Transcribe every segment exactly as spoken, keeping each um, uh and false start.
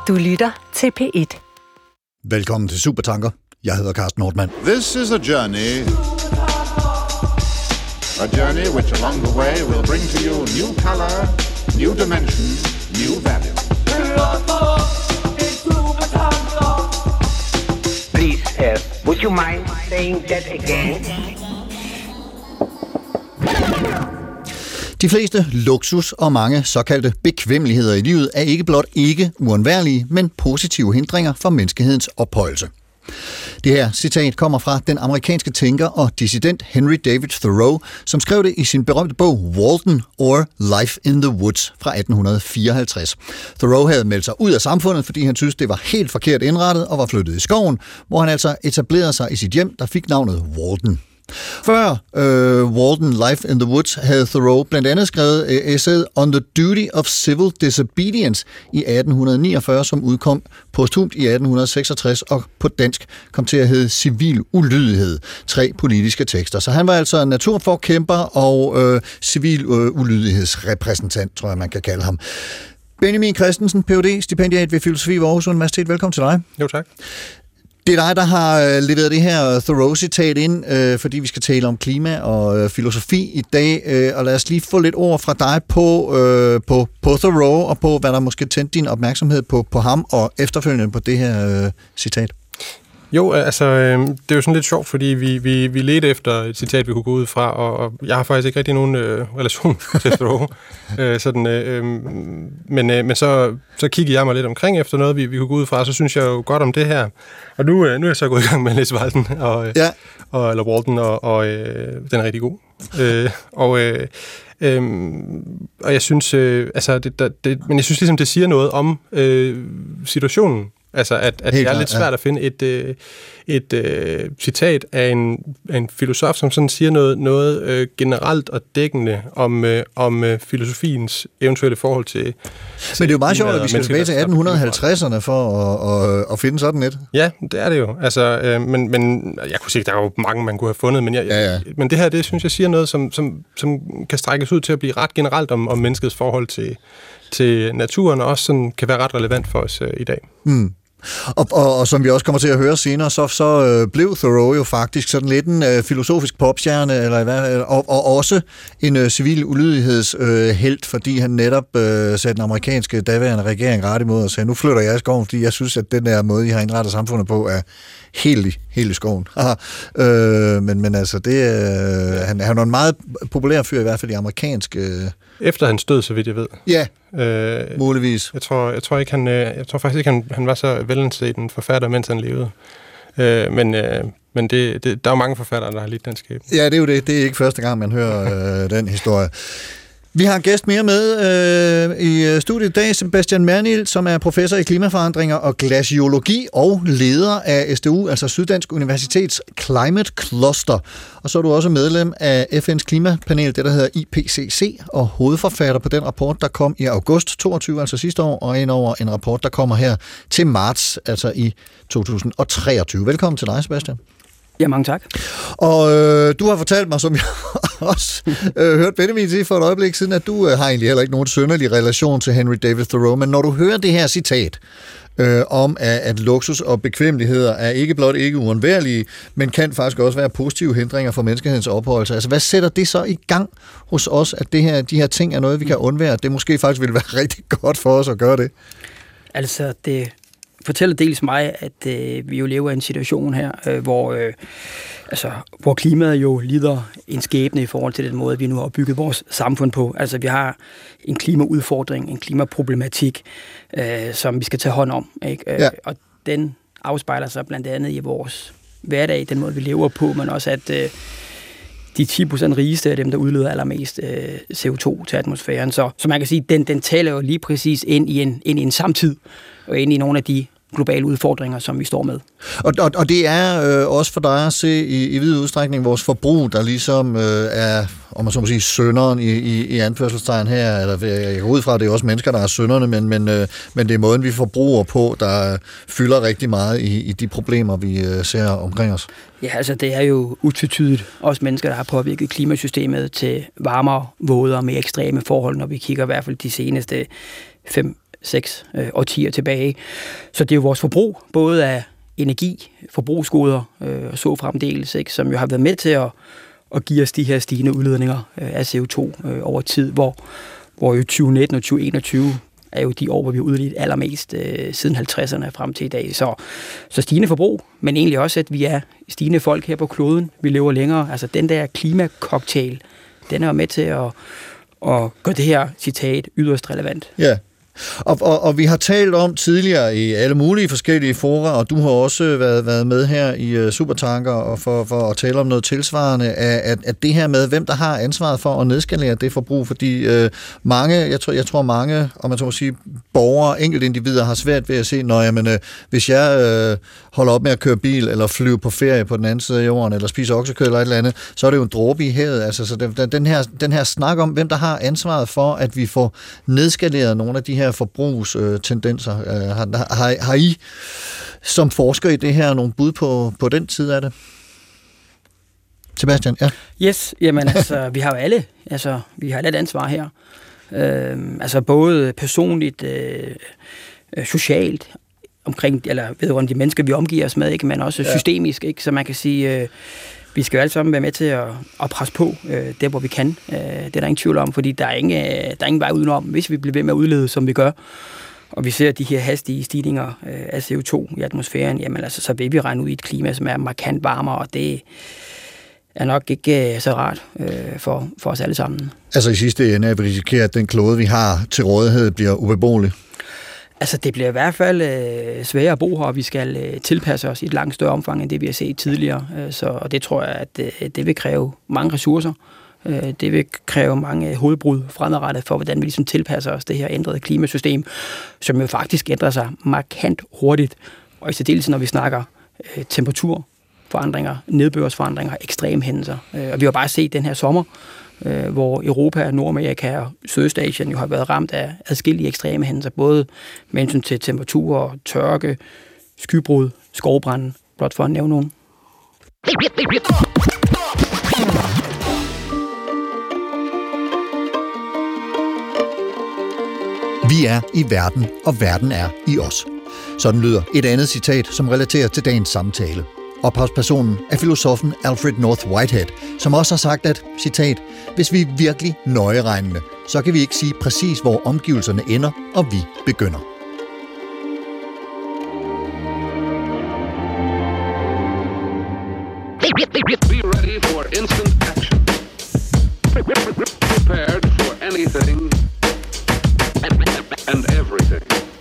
Du lytter til P et. Velkommen til Supertanker. Jeg hedder Carsten Nordmann. This is a journey. A journey which along the way will bring to you new color, new dimension, new value. Please, uh, would you mind saying that again? De fleste luksus og mange såkaldte bekvemmeligheder i livet er ikke blot ikke uundværlige, men positive hindringer for menneskehedens ophøjelse. Det her citat kommer fra den amerikanske tænker og dissident Henry David Thoreau, som skrev det i sin berømte bog Walden or Life in the Woods fra atten fireoghalvtreds. Thoreau havde meldt sig ud af samfundet, fordi han syntes, det var helt forkert indrettet og var flyttet i skoven, hvor han altså etablerede sig i sit hjem, der fik navnet Walden. Før uh, Walden Life in the Woods havde Thoreau blandt andet skrevet uh, essayet On the Duty of Civil Disobedience i atten niogfyrre, som udkom posthumt i atten seksogtres og på dansk kom til at hedde Civil Ulydighed. Tre politiske tekster. Så han var altså naturforkæmper og uh, civil uh, ulydighedsrepræsentant, tror jeg man kan kalde ham. Benjamin Christensen, P H D, stipendiat ved Filosofi ved Aarhus Universitet. Velkommen til dig. Jo, tak. Det er dig, der har leveret det her Thoreau-citat ind, øh, fordi vi skal tale om klima og øh, filosofi i dag. Øh, og lad os lige få lidt ord fra dig på, øh, på, på Thoreau og på, hvad der måske tændte din opmærksomhed på, på ham og efterfølgende på det her øh, citat. Jo, altså, øh, det er jo sådan lidt sjovt, fordi vi, vi, vi ledte efter et citat, vi kunne gå ud fra, og, og jeg har faktisk ikke rigtig nogen øh, relation til Thoreau. øh, sådan, øh, men øh, men så, så kiggede jeg mig lidt omkring efter noget, vi, vi kunne gå ud fra, og så synes jeg jo godt om det her. Og nu, øh, nu er jeg så gået i gang med at læse Walden, og, ja. og, eller Walden, og, og øh, den er rigtig god. øh, og... Øh, Øhm, og jeg synes, øh, altså, det, det, det, men jeg synes ligesom, det siger noget om øh, situationen. Altså, at, at det er klar, lidt svært ja. at finde et, øh, et øh, citat af en, af en filosof, som sådan siger noget, noget øh, generelt og dækkende om, øh, om øh, filosofiens eventuelle forhold til... Men det er jo meget sjovt, at vi skal tilbage til atten halvtredserne for at, at, at finde sådan et. Ja, det er det jo. Altså, øh, men, men jeg kunne sige, der er jo mange, man kunne have fundet, men, jeg, ja, ja. men det her, det synes jeg siger noget, som, som, som kan strækkes ud til at blive ret generelt om, om menneskets forhold til, til naturen, og også sådan kan være ret relevant for os øh, i dag. Mm. Og, og, og som vi også kommer til at høre senere, så, så øh, blev Thoreau jo faktisk sådan lidt en øh, filosofisk popstjerne, eller hvad, og, og også en øh, civil ulydighedshelt, øh, fordi han netop øh, satte den amerikanske daværende regering ret imod og sagde, nu flytter jeg i skoven, fordi jeg synes, at den der måde, I har indrettet samfundet på, er helt i, helt i skoven. øh, men, men altså, det, øh, han, han er en meget populær fyr, i hvert fald i amerikanske... Øh, Efter hans død, så vidt jeg ved. Ja, øh, muligvis. Jeg tror, jeg tror ikke han, jeg tror faktisk ikke han, han var så velanset en forfatter, mens han levede. Øh, men øh, men det, det, der er jo mange forfattere, der har lidt den skæbne. Ja, det er jo det. Det er ikke første gang man hører øh, den historie. Vi har en gæst mere med øh, i studiet i dag, Sebastian Mernil, som er professor i klimaforandringer og glaciologi og leder af S D U, altså Syddansk Universitets Climate Cluster. Og så er du også medlem af F N's klimapanel, det der hedder I P C C, og hovedforfatter på den rapport, der kom i august toogtyve, altså sidste år, og ind over en rapport, der kommer her til marts, altså i to tusind treogtyve. Velkommen til dig, Sebastian. Ja, mange tak. Og øh, du har fortalt mig, som jeg også øh, hørte Benjamin sige for et øjeblik siden, at du øh, har egentlig heller ikke nogen synderlig relation til Henry David Thoreau, men når du hører det her citat øh, om, at, at luksus og bekvemmeligheder er ikke blot ikke uundværlige, men kan faktisk også være positive hindringer for menneskehedens opholdelse. Altså, hvad sætter det så i gang hos os, at det her, de her ting er noget, vi kan undvære? At det måske faktisk ville være rigtig godt for os at gøre det? Altså, det fortæller dels mig, at øh, vi jo lever i en situation her, øh, hvor, øh, altså, hvor klimaet jo lider en skæbne i forhold til den måde, vi nu har bygget vores samfund på. Altså, vi har en klimaudfordring, en klimaproblematik, øh, som vi skal tage hånd om. Ikke? Ja. Og den afspejler sig blandt andet i vores hverdag, den måde, vi lever på, men også at øh, de ti procent rigeste er dem, der udleder allermest øh, C O to til atmosfæren. Så, så man kan sige, den, den taler jo lige præcis ind i en, ind i en samtid, og ind i nogle af de globale udfordringer, som vi står med. Og, og, og det er øh, også for dig at se i, i vid udstrækning vores forbrug, der ligesom øh, er, om man så må sige, synderen i, i, i anførselstegn her. Eller, jeg går ud fra, at det er også mennesker, der er synderne, men, men, øh, men det er måden, vi forbruger på, der fylder rigtig meget i, i de problemer, vi øh, ser omkring os. Ja, altså det er jo utvetydigt også mennesker, der har påvirket klimasystemet til varmere, vådere, mere ekstreme forhold, når vi kigger i hvert fald de seneste fem seks øh, årtier tilbage. Så det er jo vores forbrug, både af energi, forbrugsgoder øh, og så fremdeles, ikke, som jo har været med til at, at give os de her stigende udledninger øh, af C O to øh, over tid, hvor, hvor jo tyve nitten og tyve enogtyve er jo de år, hvor vi har udledt allermest øh, siden halvtredserne frem til i dag. Så, så stigende forbrug, men egentlig også, at vi er stigende folk her på kloden. Vi lever længere. Altså den der klimacocktail, den er jo med til at, at gøre det her citat yderst relevant. Ja. Og, og, og vi har talt om tidligere i alle mulige forskellige fora, og du har også været, været med her i uh, Supertanker og for, for at tale om noget tilsvarende, at, at det her med, hvem der har ansvaret for at nedskalere det forbrug, fordi uh, mange, jeg tror, jeg tror mange, om man så må sige, borgere, enkeltindivider har svært ved at se, når jamen, uh, hvis jeg uh, holder op med at køre bil, eller flyve på ferie på den anden side af jorden, eller spise oksekød eller et eller andet, så er det jo en dråbe i havet. Altså, så den, den, her, den her snak om, hvem der har ansvaret for, at vi får nedskaleret nogle af de her forbrugstendenser. Øh, har, har, har I som forsker i det her nogle bud på, på den tid af det? Sebastian, ja. Yes, jamen altså, vi har jo alle, altså, vi har alle et ansvar her. Øh, altså både personligt, øh, socialt, omkring, eller vedrørende de mennesker, vi omgiver os med, ikke, men også ja. systemisk, ikke, så man kan sige, øh, vi skal jo alle sammen være med til at, at presse på øh, der, hvor vi kan. Øh, det er der ingen tvivl om, fordi der er ingen, der er ingen vej udenom, hvis vi bliver ved med at udlede, som vi gør. Og vi ser de her hastige stigninger øh, af C O to i atmosfæren, jamen altså, så vil vi regne ud i et klima, som er markant varmere, og det er nok ikke øh, så rart øh, for, for os alle sammen. Altså i sidste ende, at vi risikerer, at den klode, vi har til rådighed, bliver ubeboelig? Altså, det bliver i hvert fald øh, sværere at bo her, og vi skal øh, tilpasse os i et langt større omfang, end det vi har set tidligere. Øh, så, og det tror jeg, at øh, det vil kræve mange ressourcer. Øh, det vil kræve mange hovedbrud fremadrettet for, hvordan vi ligesom tilpasser os det her ændrede klimasystem, som jo faktisk ændrer sig markant hurtigt. Og i særdeleshed, når vi snakker øh, temperaturforandringer, nedbørsforandringer, ekstreme hændelser. Øh, og vi har bare set den her sommer, øh, hvor Europa, Nordamerika og Sydøstasien jo har været ramt af adskillige ekstreme hændelser, både med hensyn til temperatur, tørke, skybrud, skovbrænde, blot for at nævne nogen. Vi er i verden, og verden er i os. Sådan lyder et andet citat, som relaterer til dagens samtale. Ophavspersonen er filosofen Alfred North Whitehead, som også har sagt, at, citat, hvis vi er virkelig nøjeregnende, så kan vi ikke sige præcis, hvor omgivelserne ender, og vi begynder. Be ready for instant action. Prepared for anything and everything.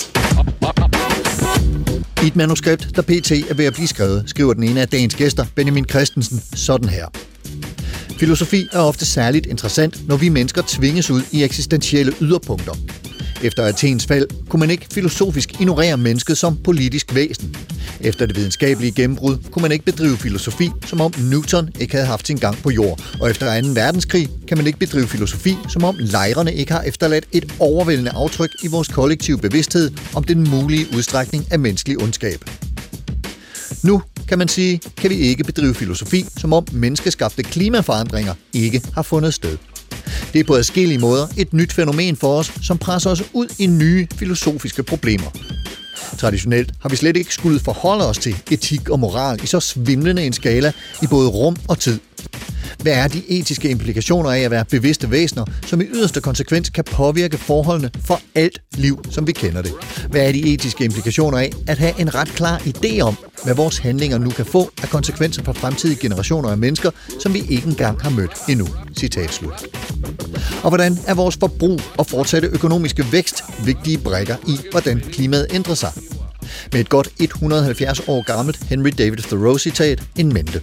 I et manuskript, der pt. Er ved at blive skrevet, skriver den ene af dagens gæster, Benjamin Christensen, sådan her. Filosofi er ofte særligt interessant, når vi mennesker tvinges ud i eksistentielle yderpunkter. Efter Athens fald kunne man ikke filosofisk ignorere mennesket som politisk væsen. Efter det videnskabelige gennembrud kunne man ikke bedrive filosofi, som om Newton ikke havde haft sin gang på jord. Og efter anden verdenskrig kan man ikke bedrive filosofi, som om lejrene ikke har efterladt et overvældende aftryk i vores kollektive bevidsthed om den mulige udstrækning af menneskelig ondskab. Nu, kan man sige, kan vi ikke bedrive filosofi, som om menneskeskabte klimaforandringer ikke har fundet sted. Det er på adskillige måder et nyt fænomen for os, som presser os ud i nye filosofiske problemer. Traditionelt har vi slet ikke skulle forholde os til etik og moral i så svimlende en skala i både rum og tid. Hvad er de etiske implikationer af at være bevidste væsener, som i yderste konsekvens kan påvirke forholdene for alt liv, som vi kender det? Hvad er de etiske implikationer af at have en ret klar idé om, hvad vores handlinger nu kan få af konsekvenser for fremtidige generationer af mennesker, som vi ikke engang har mødt endnu? Citat slut. Og hvordan er vores forbrug og fortsatte økonomiske vækst vigtige brikker i, hvordan klimaet ændrer sig? Med et godt et hundrede og halvfjerds år gammelt Henry David Thoreau-citat in mente.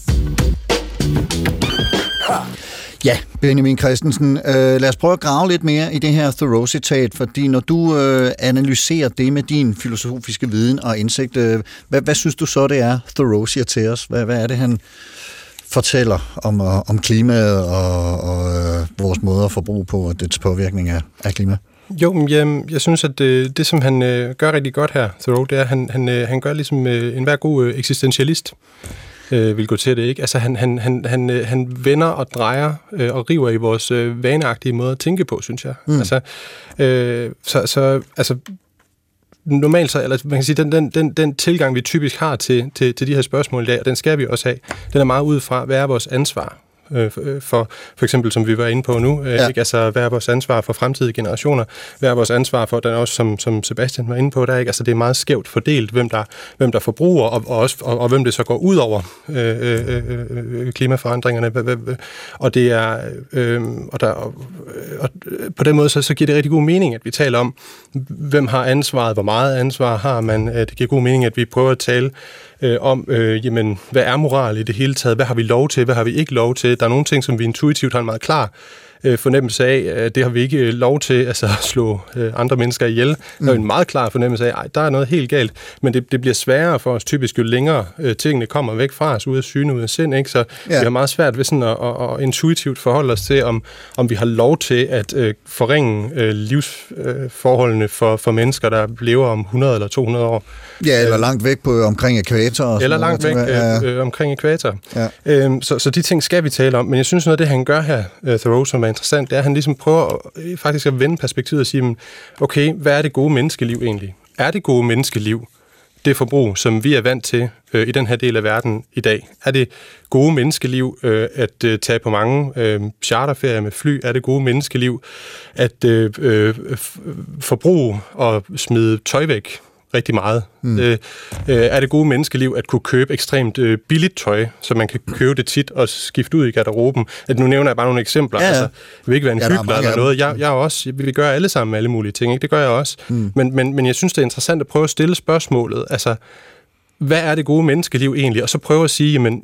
Ja, Benjamin Christensen, øh, lad os prøve at grave lidt mere i det her Thoreau-citat, fordi når du øh, analyserer det med din filosofiske viden og indsigt, øh, hvad, hvad synes du så, det er, Thoreau siger til os? Hvad, hvad er det, han fortæller om, om klimaet og, og øh, vores måde at forbruge på og dets påvirkning af, af klima? Jo, jeg, jeg synes, at det, det som han øh, gør rigtig godt her, Thoreau, det er, at han, han, øh, han gør ligesom øh, enhver god øh, eksistentialist. øh, vil gå til det, ikke? Altså, han, han, han, han, han vender og drejer øh, og river i vores øh, vaneagtige måde at tænke på, synes jeg. Mm. Altså, øh, så, så, altså, normalt så, eller man kan sige, den, den, den, den tilgang, vi typisk har til, til, til de her spørgsmål i dag, og den skal vi også have, den er meget ud fra, hvad er vores ansvar? For, for eksempel, som vi var inde på nu, ja. Ikke? Altså, hvad er vores ansvar for fremtidige generationer? Hvad er vores ansvar for, den også, som, som Sebastian var inde på, der ikke? Altså, det er meget skævt fordelt, hvem der, hvem der forbruger, og, og, også, og, og hvem det så går ud over øh, øh, øh, klimaforandringerne. Og det er, øh, og, der, og, og på den måde, så, så giver det rigtig god mening, at vi taler om, hvem har ansvaret, hvor meget ansvar har man. Det giver god mening, at vi prøver at tale øh, om, øh, jamen, hvad er moral i det hele taget? Hvad har vi lov til? Hvad har vi ikke lov til? Der er nogle ting, som vi intuitivt har en meget klar øh, fornemmelse af, at det har vi ikke lov til, altså at slå øh, andre mennesker ihjel. Mm. Der er en meget klar fornemmelse af, at der er noget helt galt, men det, det bliver sværere for os typisk, jo længere øh, tingene kommer væk fra os, ud af syne, ud af sind, ikke? Så ja. Vi har meget svært ved sådan at, at, at intuitivt forholde os til, om, om vi har lov til at øh, forringe øh, livsforholdene øh, for, for mennesker, der lever om hundrede eller to hundrede år. Ja, eller langt væk på omkring ækvator. Og eller langt væk ja. øh, omkring ækvator. Ja. Øhm, så, så de ting skal vi tale om, men jeg synes noget af det, han gør her, uh, Thoreau, som er interessant, det er, at han ligesom prøver at, faktisk at vende perspektivet og sige, okay, hvad er det gode menneskeliv egentlig? Er det gode menneskeliv det forbrug, som vi er vant til øh, i den her del af verden i dag? Er det gode menneskeliv øh, at øh, tage på mange øh, charterferier med fly? Er det gode menneskeliv at øh, øh, forbruge og smide tøj væk rigtig meget? Mm. Øh, øh, er det gode menneskeliv at kunne købe ekstremt øh, billigt tøj, så man kan købe det tit og skifte ud i garderoben? At nu nævner jeg bare nogle eksempler. Ja, ja. Altså, jeg vil ikke være en ja, hykler eller noget. Jeg, jeg er også, jeg vil gøre alle sammen med alle mulige ting, ikke? Det gør jeg også. Mm. Men, men, men jeg synes, det er interessant at prøve at stille spørgsmålet. Altså, hvad er det gode menneskeliv egentlig? Og så prøve at sige, jamen,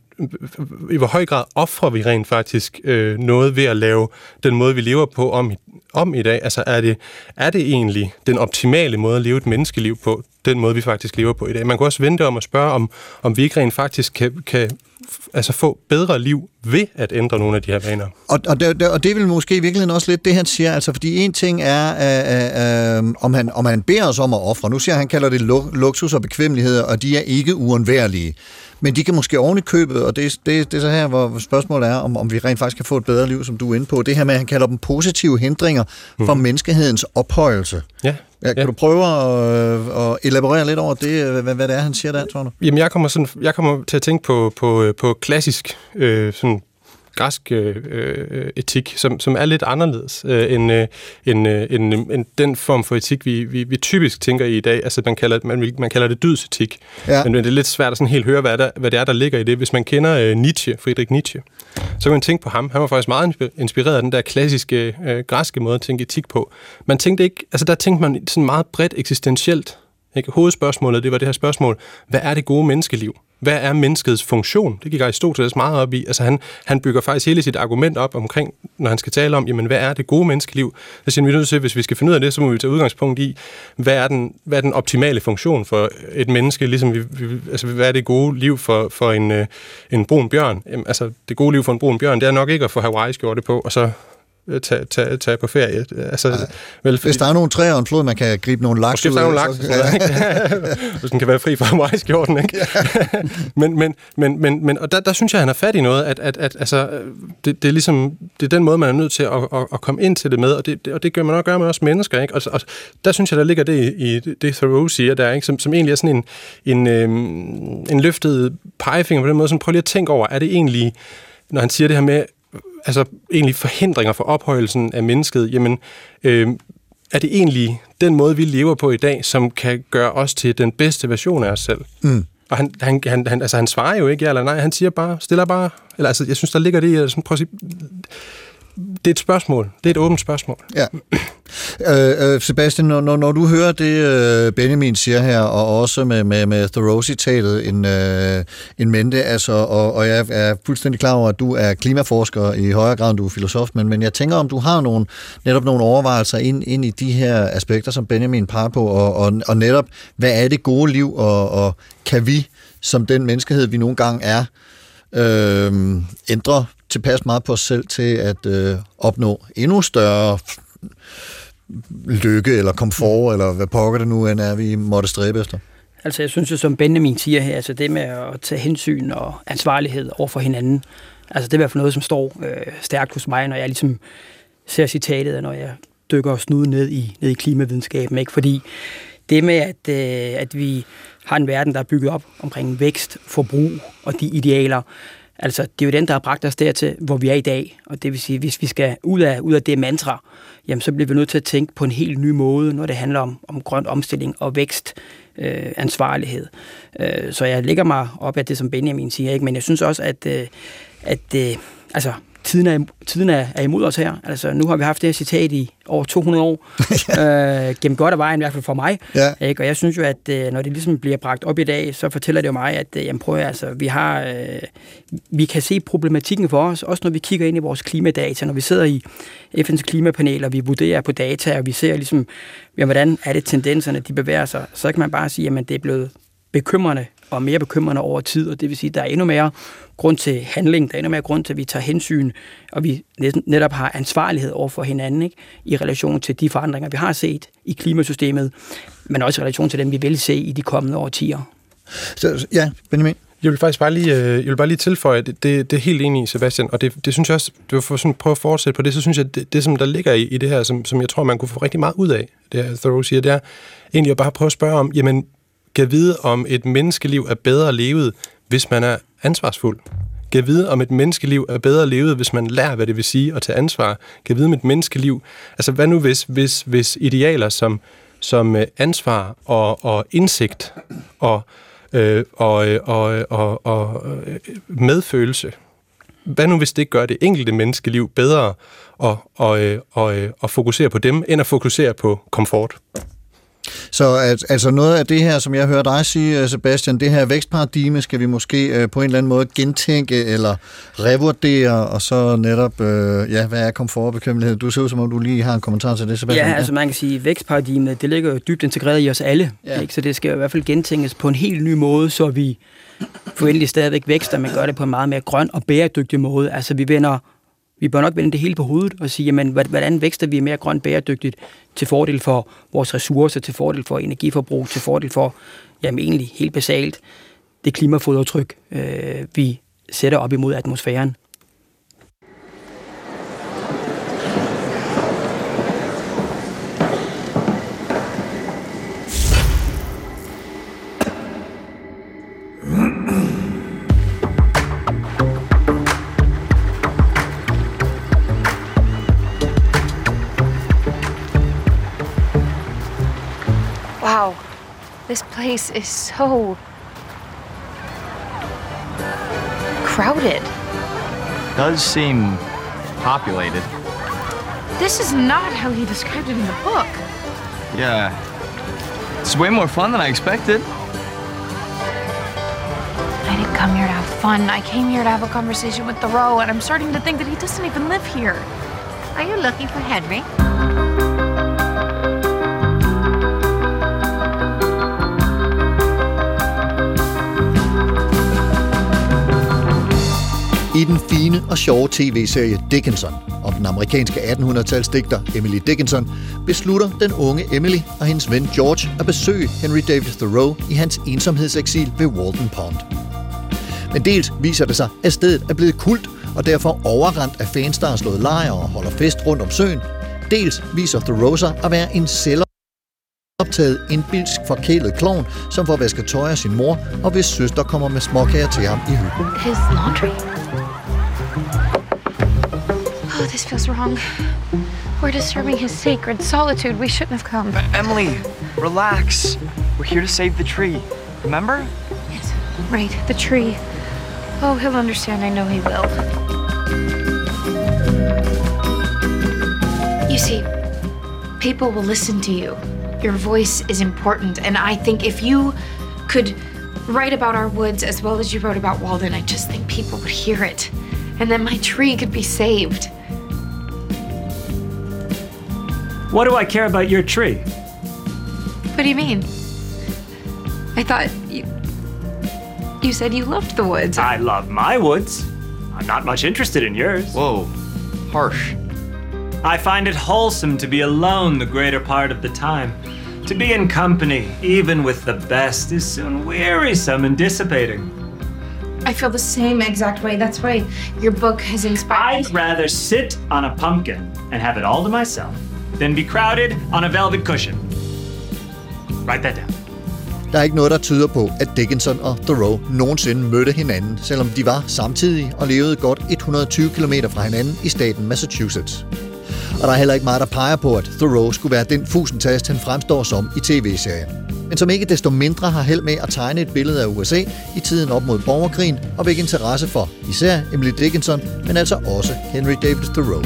i hvor høj grad offrer vi rent faktisk øh, noget ved at lave den måde, vi lever på om i, om i dag? Altså, er det, er det egentlig den optimale måde at leve et menneskeliv på, den måde, vi faktisk lever på i dag? Man kan også vente om at spørge, om, om vi ikke rent faktisk kan, kan altså få bedre liv ved at ændre nogle af de her vaner. Og, og, det, og det vil måske i virkeligheden også lidt det, han siger, altså fordi en ting er, øh, øh, om, han, om han beder os om at ofre. Nu siger han, han kalder det luksus og bekvemmeligheder, og de er ikke uundværlige. Men de kan måske oven i købet, og det, det, det er så her, hvor spørgsmålet er, om, om vi rent faktisk kan få et bedre liv, som du er inde på. Det her med, at han kalder dem positive hindringer for mm. menneskehedens ophøjelse. Ja. Ja, kan ja. du prøve at, at elaborere lidt over det, hvad, hvad det er, han siger der, tror du? Jamen, jeg kommer, sådan, jeg kommer til at tænke på, på, på klassisk øh, sådan græsk øh, etik, som, som er lidt anderledes øh, end, øh, end, øh, end, end den form for etik, vi, vi, vi typisk tænker i i dag. Altså, man kalder, man, man kalder det dydsetik. Ja. Men det er lidt svært at sådan helt høre, hvad, der, hvad det er, der ligger i det. Hvis man kender øh, Nietzsche, Friedrich Nietzsche, så kan man tænke på ham. Han var faktisk meget inspireret af den der klassiske øh, græske måde at tænke etik på. Man tænkte ikke, altså der tænkte man sådan meget bredt eksistentielt. Ikke? Hovedspørgsmålet, det var det her spørgsmål, hvad er det gode menneskeliv? Hvad er menneskets funktion? Det gik Aristoteles meget op i. Altså han, han bygger faktisk hele sit argument op omkring, når han skal tale om, jamen hvad er det gode menneskeliv? Så siger vi nødt til, hvis vi skal finde ud af det, så må vi tage udgangspunkt i, hvad er den, hvad er den optimale funktion for et menneske? Ligesom vi, vi, altså hvad er det gode liv for, for en, en brun bjørn? Jamen, altså det gode liv for en brun bjørn, det er nok ikke at få Hawaii-skjorte på, og så tage, tage, tage på ferie. Altså, vel, fordi, hvis der er nogle træer og en flod, man kan gribe nogle laks ud af. Måske der er nogle laks, hvis den kan være fri fra Hawaii-skjorten, ikke? men, men, men, men, men, og der, der synes jeg, han har fat i noget, at, at, at altså, det, det er ligesom, det er den måde, man er nødt til at, at, at komme ind til det med, og det, det, og det gør man også gøre med os mennesker, ikke? Og, og der synes jeg, der ligger det i det, det Thoreau siger, der, ikke? Som, som egentlig er sådan en, en, øhm, en løftet pegefinger på den måde, sådan prøv lige at tænke over, er det egentlig, når han siger det her med, altså egentlig forhindringer for ophøjelsen af mennesket, jamen øh, er det egentlig den måde, vi lever på i dag, som kan gøre os til den bedste version af os selv? Mm. Og han, han, han, han, altså, han svarer jo ikke ja eller nej, han siger bare, stiller bare, eller altså, jeg synes, der ligger det i, sådan, prøv at sige, det er et spørgsmål. Det er et åbent spørgsmål. Ja. Øh, øh, Sebastian, når, når du hører det, øh, Benjamin siger her, og også med, med, med Thoreau-citatet en, øh, en mente, altså, og, og jeg er fuldstændig klar over, at du er klimaforsker i højere grad, end du er filosof, men, men jeg tænker, om du har nogle, netop nogle overvejelser ind, ind i de her aspekter, som Benjamin peger på, og, og, og netop, hvad er det gode liv, og, og kan vi, som den menneskehed, vi nogle gange er, øh, ændre tilpas meget på os selv til at øh, opnå endnu større lykke eller komfort, eller hvad pokker det nu end er, vi måtte stræbe efter? Altså jeg synes jo, som Benjamin siger her, altså det med at tage hensyn og ansvarlighed over for hinanden, altså det er i hvert fald noget, som står øh, stærkt hos mig, når jeg ligesom ser citatet, når jeg dykker snuden ned i, ned i klimavidenskaben, ikke? Fordi det med, at, øh, at vi har en verden, der er bygget op omkring vækst, forbrug og de idealer, altså det er jo den, der har bragt os dertil, hvor vi er i dag. Og det vil sige, hvis vi skal ud af, ud af det mantra, jamen så bliver vi nødt til at tænke på en helt ny måde, når det handler om, om grøn omstilling og vækst, øh, ansvarlighed. Øh, så jeg lægger mig op af det, som Benjamin siger, ikke? Men jeg synes også, at, øh, at øh, altså, tiden, er, tiden er, er imod os her. Altså, nu har vi haft det her citat i over to hundrede år, øh, gennem godt af vejen, i hvert fald for mig. Ja. Ikke? Og jeg synes jo, at øh, når det ligesom bliver bragt op i dag, så fortæller det jo mig, at øh, jamen, prøv, altså, vi, har, øh, vi kan se problematikken for os, også når vi kigger ind i vores klimadata, når vi sidder i F N's klimapanel, og vi vurderer på data, og vi ser ligesom, jamen, hvordan er det tendenserne, de bevæger sig, så kan man bare sige, at det er blevet bekymrende og mere bekymrende over tid, og det vil sige, at der er endnu mere grund til handling, der er endnu mere grund til, at vi tager hensyn, og vi netop har ansvarlighed over for hinanden, ikke? I relation til de forandringer, vi har set i klimasystemet, men også i relation til dem, vi vil se i de kommende årtier. Så, ja, Benjamin? Jeg vil faktisk bare lige, jeg vil bare lige tilføje, det, det, det er helt enig i, Sebastian, og det, det synes jeg også, det var for sådan prøve at fortsætte på det, så synes jeg, det, det som der ligger i, i det her, som, som jeg tror, man kunne få rigtig meget ud af, det her Thoreau siger, det er egentlig at bare prøve at spørge om, jamen, kan vide, om et menneskeliv er bedre levet, hvis man er ansvarsfuld. Kan vide, om et menneskeliv er bedre levet, hvis man lærer, hvad det vil sige at tage ansvar. Kan vide, om et menneskeliv... Altså, hvad nu hvis, hvis, hvis idealer som, som ansvar og, og indsigt og, øh, og, og, og, og medfølelse, hvad nu hvis det gør det enkelte menneskeliv bedre at, og, og, og fokusere på dem, end at fokusere på komfort? Så at, altså noget af det her, som jeg hører dig sige, Sebastian, det her vækstparadigme skal vi måske øh, på en eller anden måde gentænke eller revurdere, og så netop, øh, ja, hvad er komfort og bekvemmelighed? Du ser ud, som om du lige har en kommentar til det, Sebastian. Ja, altså man kan sige, at vækstparadigmet, det ligger jo dybt integreret i os alle, ja. Ikke? Så det skal i hvert fald gentænkes på en helt ny måde, så vi forventelig stadigvæk vækster, men gør det på en meget mere grøn og bæredygtig måde. Altså vi vender Vi bør nok vende det hele på hovedet og sige, jamen, hvordan vækster vi mere grønt bæredygtigt til fordel for vores ressourcer, til fordel for energiforbrug, til fordel for, jamen egentlig helt basalt, det klimafodretryk, øh, vi sætter op imod atmosfæren. Wow, this place is so crowded. Does seem populated. This is not how he described it in the book. Yeah. It's way more fun than I expected. I didn't come here to have fun. I came here to have a conversation with Thoreau, and I'm starting to think that he doesn't even live here. Are you looking for Henry? I den fine og sjove tv-serie Dickinson om den amerikanske attenhundredetalls digter Emily Dickinson beslutter den unge Emily og hendes ven George at besøge Henry David Thoreau i hans ensomhedseksil ved Walden Pond. Men dels viser det sig, at stedet er blevet kult og derfor overrendt af fans, der har slået lejre og holder fest rundt om søen. Dels viser Thoreau sig at være en selvoptaget, indbilsk, forkælet klovn, som får vasket tøj af sin mor, og hvis søster kommer med småkager til ham i hytten. His laundry. Oh, this feels wrong. We're disturbing his sacred solitude. We shouldn't have come. Uh, Emily, relax. We're here to save the tree. Remember? Yes, right, the tree. Oh, he'll understand. I know he will. You see, people will listen to you. Your voice is important, and I think if you could write about our woods as well as you wrote about Walden, I just think people would hear it, and then my tree could be saved. What do I care about your tree? What do you mean? I thought you... You said you loved the woods. I love my woods. I'm not much interested in yours. Whoa, harsh. I find it wholesome to be alone the greater part of the time, To be in company, even with the best, is soon wearisome and dissipating. I feel the same exact way. That's why your book has inspired. I'd rather sit on a pumpkin and have it all to myself than be crowded on a velvet cushion. Write that down. Der er ikke noget, der tyder på, at Dickinson og Thoreau nogensinde mødte hinanden, selvom de var samtidige og levede godt et hundrede og tyve kilometer fra hinanden i staten Massachusetts. Og der er heller ikke meget, der peger på, at Thoreau skulle være den fusentast, han fremstår som i tv-serien. Men som ikke desto mindre har held med at tegne et billede af U S A i tiden op mod borgerkrigen og vække interesse for især Emily Dickinson, men altså også Henry David Thoreau.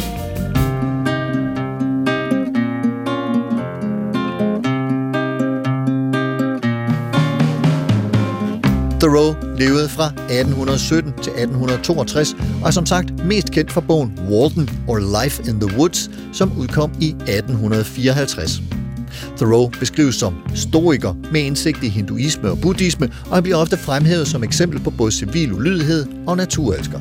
Thoreau levede fra atten sytten til atten toogtres og er som sagt mest kendt for bogen Walden or Life in the Woods, som udkom i atten fireoghalvtreds. Thoreau beskrives som stoiker med indsigt i hinduisme og buddhisme, og han bliver ofte fremhævet som eksempel på både civil ulydighed og naturelsker.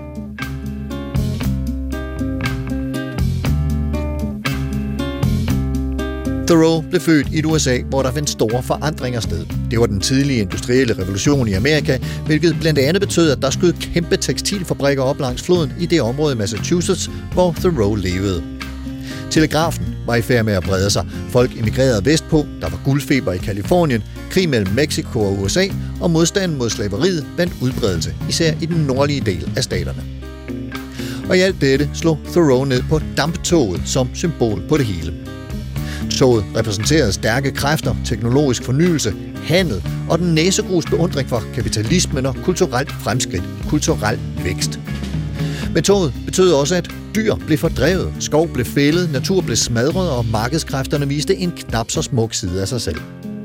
Thoreau blev født i et U S A, hvor der fandt store forandringer sted. Det var den tidlige industrielle revolution i Amerika, hvilket blandt andet betød, at der skød kæmpe tekstilfabrikker op langs floden i det område i Massachusetts, hvor Thoreau levede. Telegrafen var i færd med at brede sig. Folk emigrerede vestpå, der var guldfeber i Kalifornien, krig mellem Mexico og U S A, og modstanden mod slaveriet vandt udbredelse, især i den nordlige del af staterne. Og i alt dette slog Thoreau ned på damptoget som symbol på det hele. Toget repræsenterede stærke kræfter, teknologisk fornyelse, handel og den næsegrus beundring for kapitalismen og kulturelt fremskridt, kulturel vækst. Men toget betød også, at dyr blev fordrevet, skov blev fældet, natur blev smadret og markedskræfterne viste en knap så smuk side af sig selv.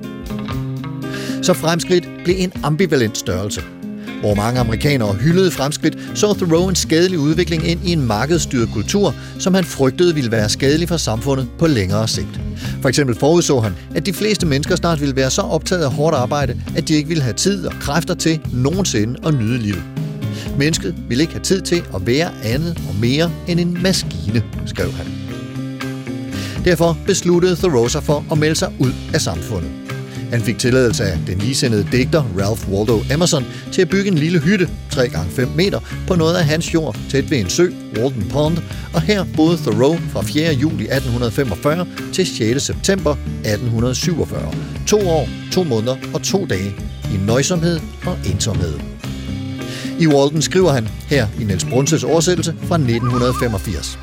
Så fremskridt blev en ambivalent størrelse. Hvor mange amerikanere hyldede fremskridt, så Thoreau en skadelig udvikling ind i en markedsstyret kultur, som han frygtede ville være skadelig for samfundet på længere sigt. For eksempel forudså han, at de fleste mennesker snart ville være så optaget af hårdt arbejde, at de ikke ville have tid og kræfter til nogensinde at nyde livet. Mennesket ville ikke have tid til at være andet og mere end en maskine, skrev han. Derfor besluttede Thoreau sig for at melde sig ud af samfundet. Han fik tilladelse af den ligesindede digter Ralph Waldo Emerson til at bygge en lille hytte, tre gange fem meter, på noget af hans jord tæt ved en sø, Walden Pond, og her boede Thoreau fra fjerde juli atten femogfyrre til sjette september atten syvogfyrre. To år, to måneder og to dage i nøjsomhed og ensomhed. I Walden skriver han her i Niels Brunses oversættelse fra nitten femogfirs.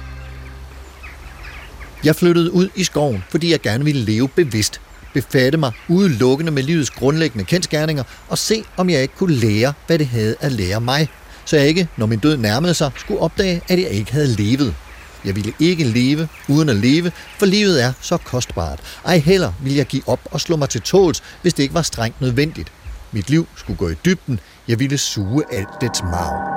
Jeg flyttede ud i skoven, fordi jeg gerne ville leve bevidst, befatte mig udelukkende med livets grundlæggende kendsgerninger og se, om jeg ikke kunne lære, hvad det havde at lære mig, så jeg ikke, når min død nærmede sig, skulle opdage, at jeg ikke havde levet. Jeg ville ikke leve uden at leve, for livet er så kostbart. Ej heller ville jeg give op og slå mig til tåls, hvis det ikke var strengt nødvendigt. Mit liv skulle gå i dybden. Jeg ville suge alt dets marv.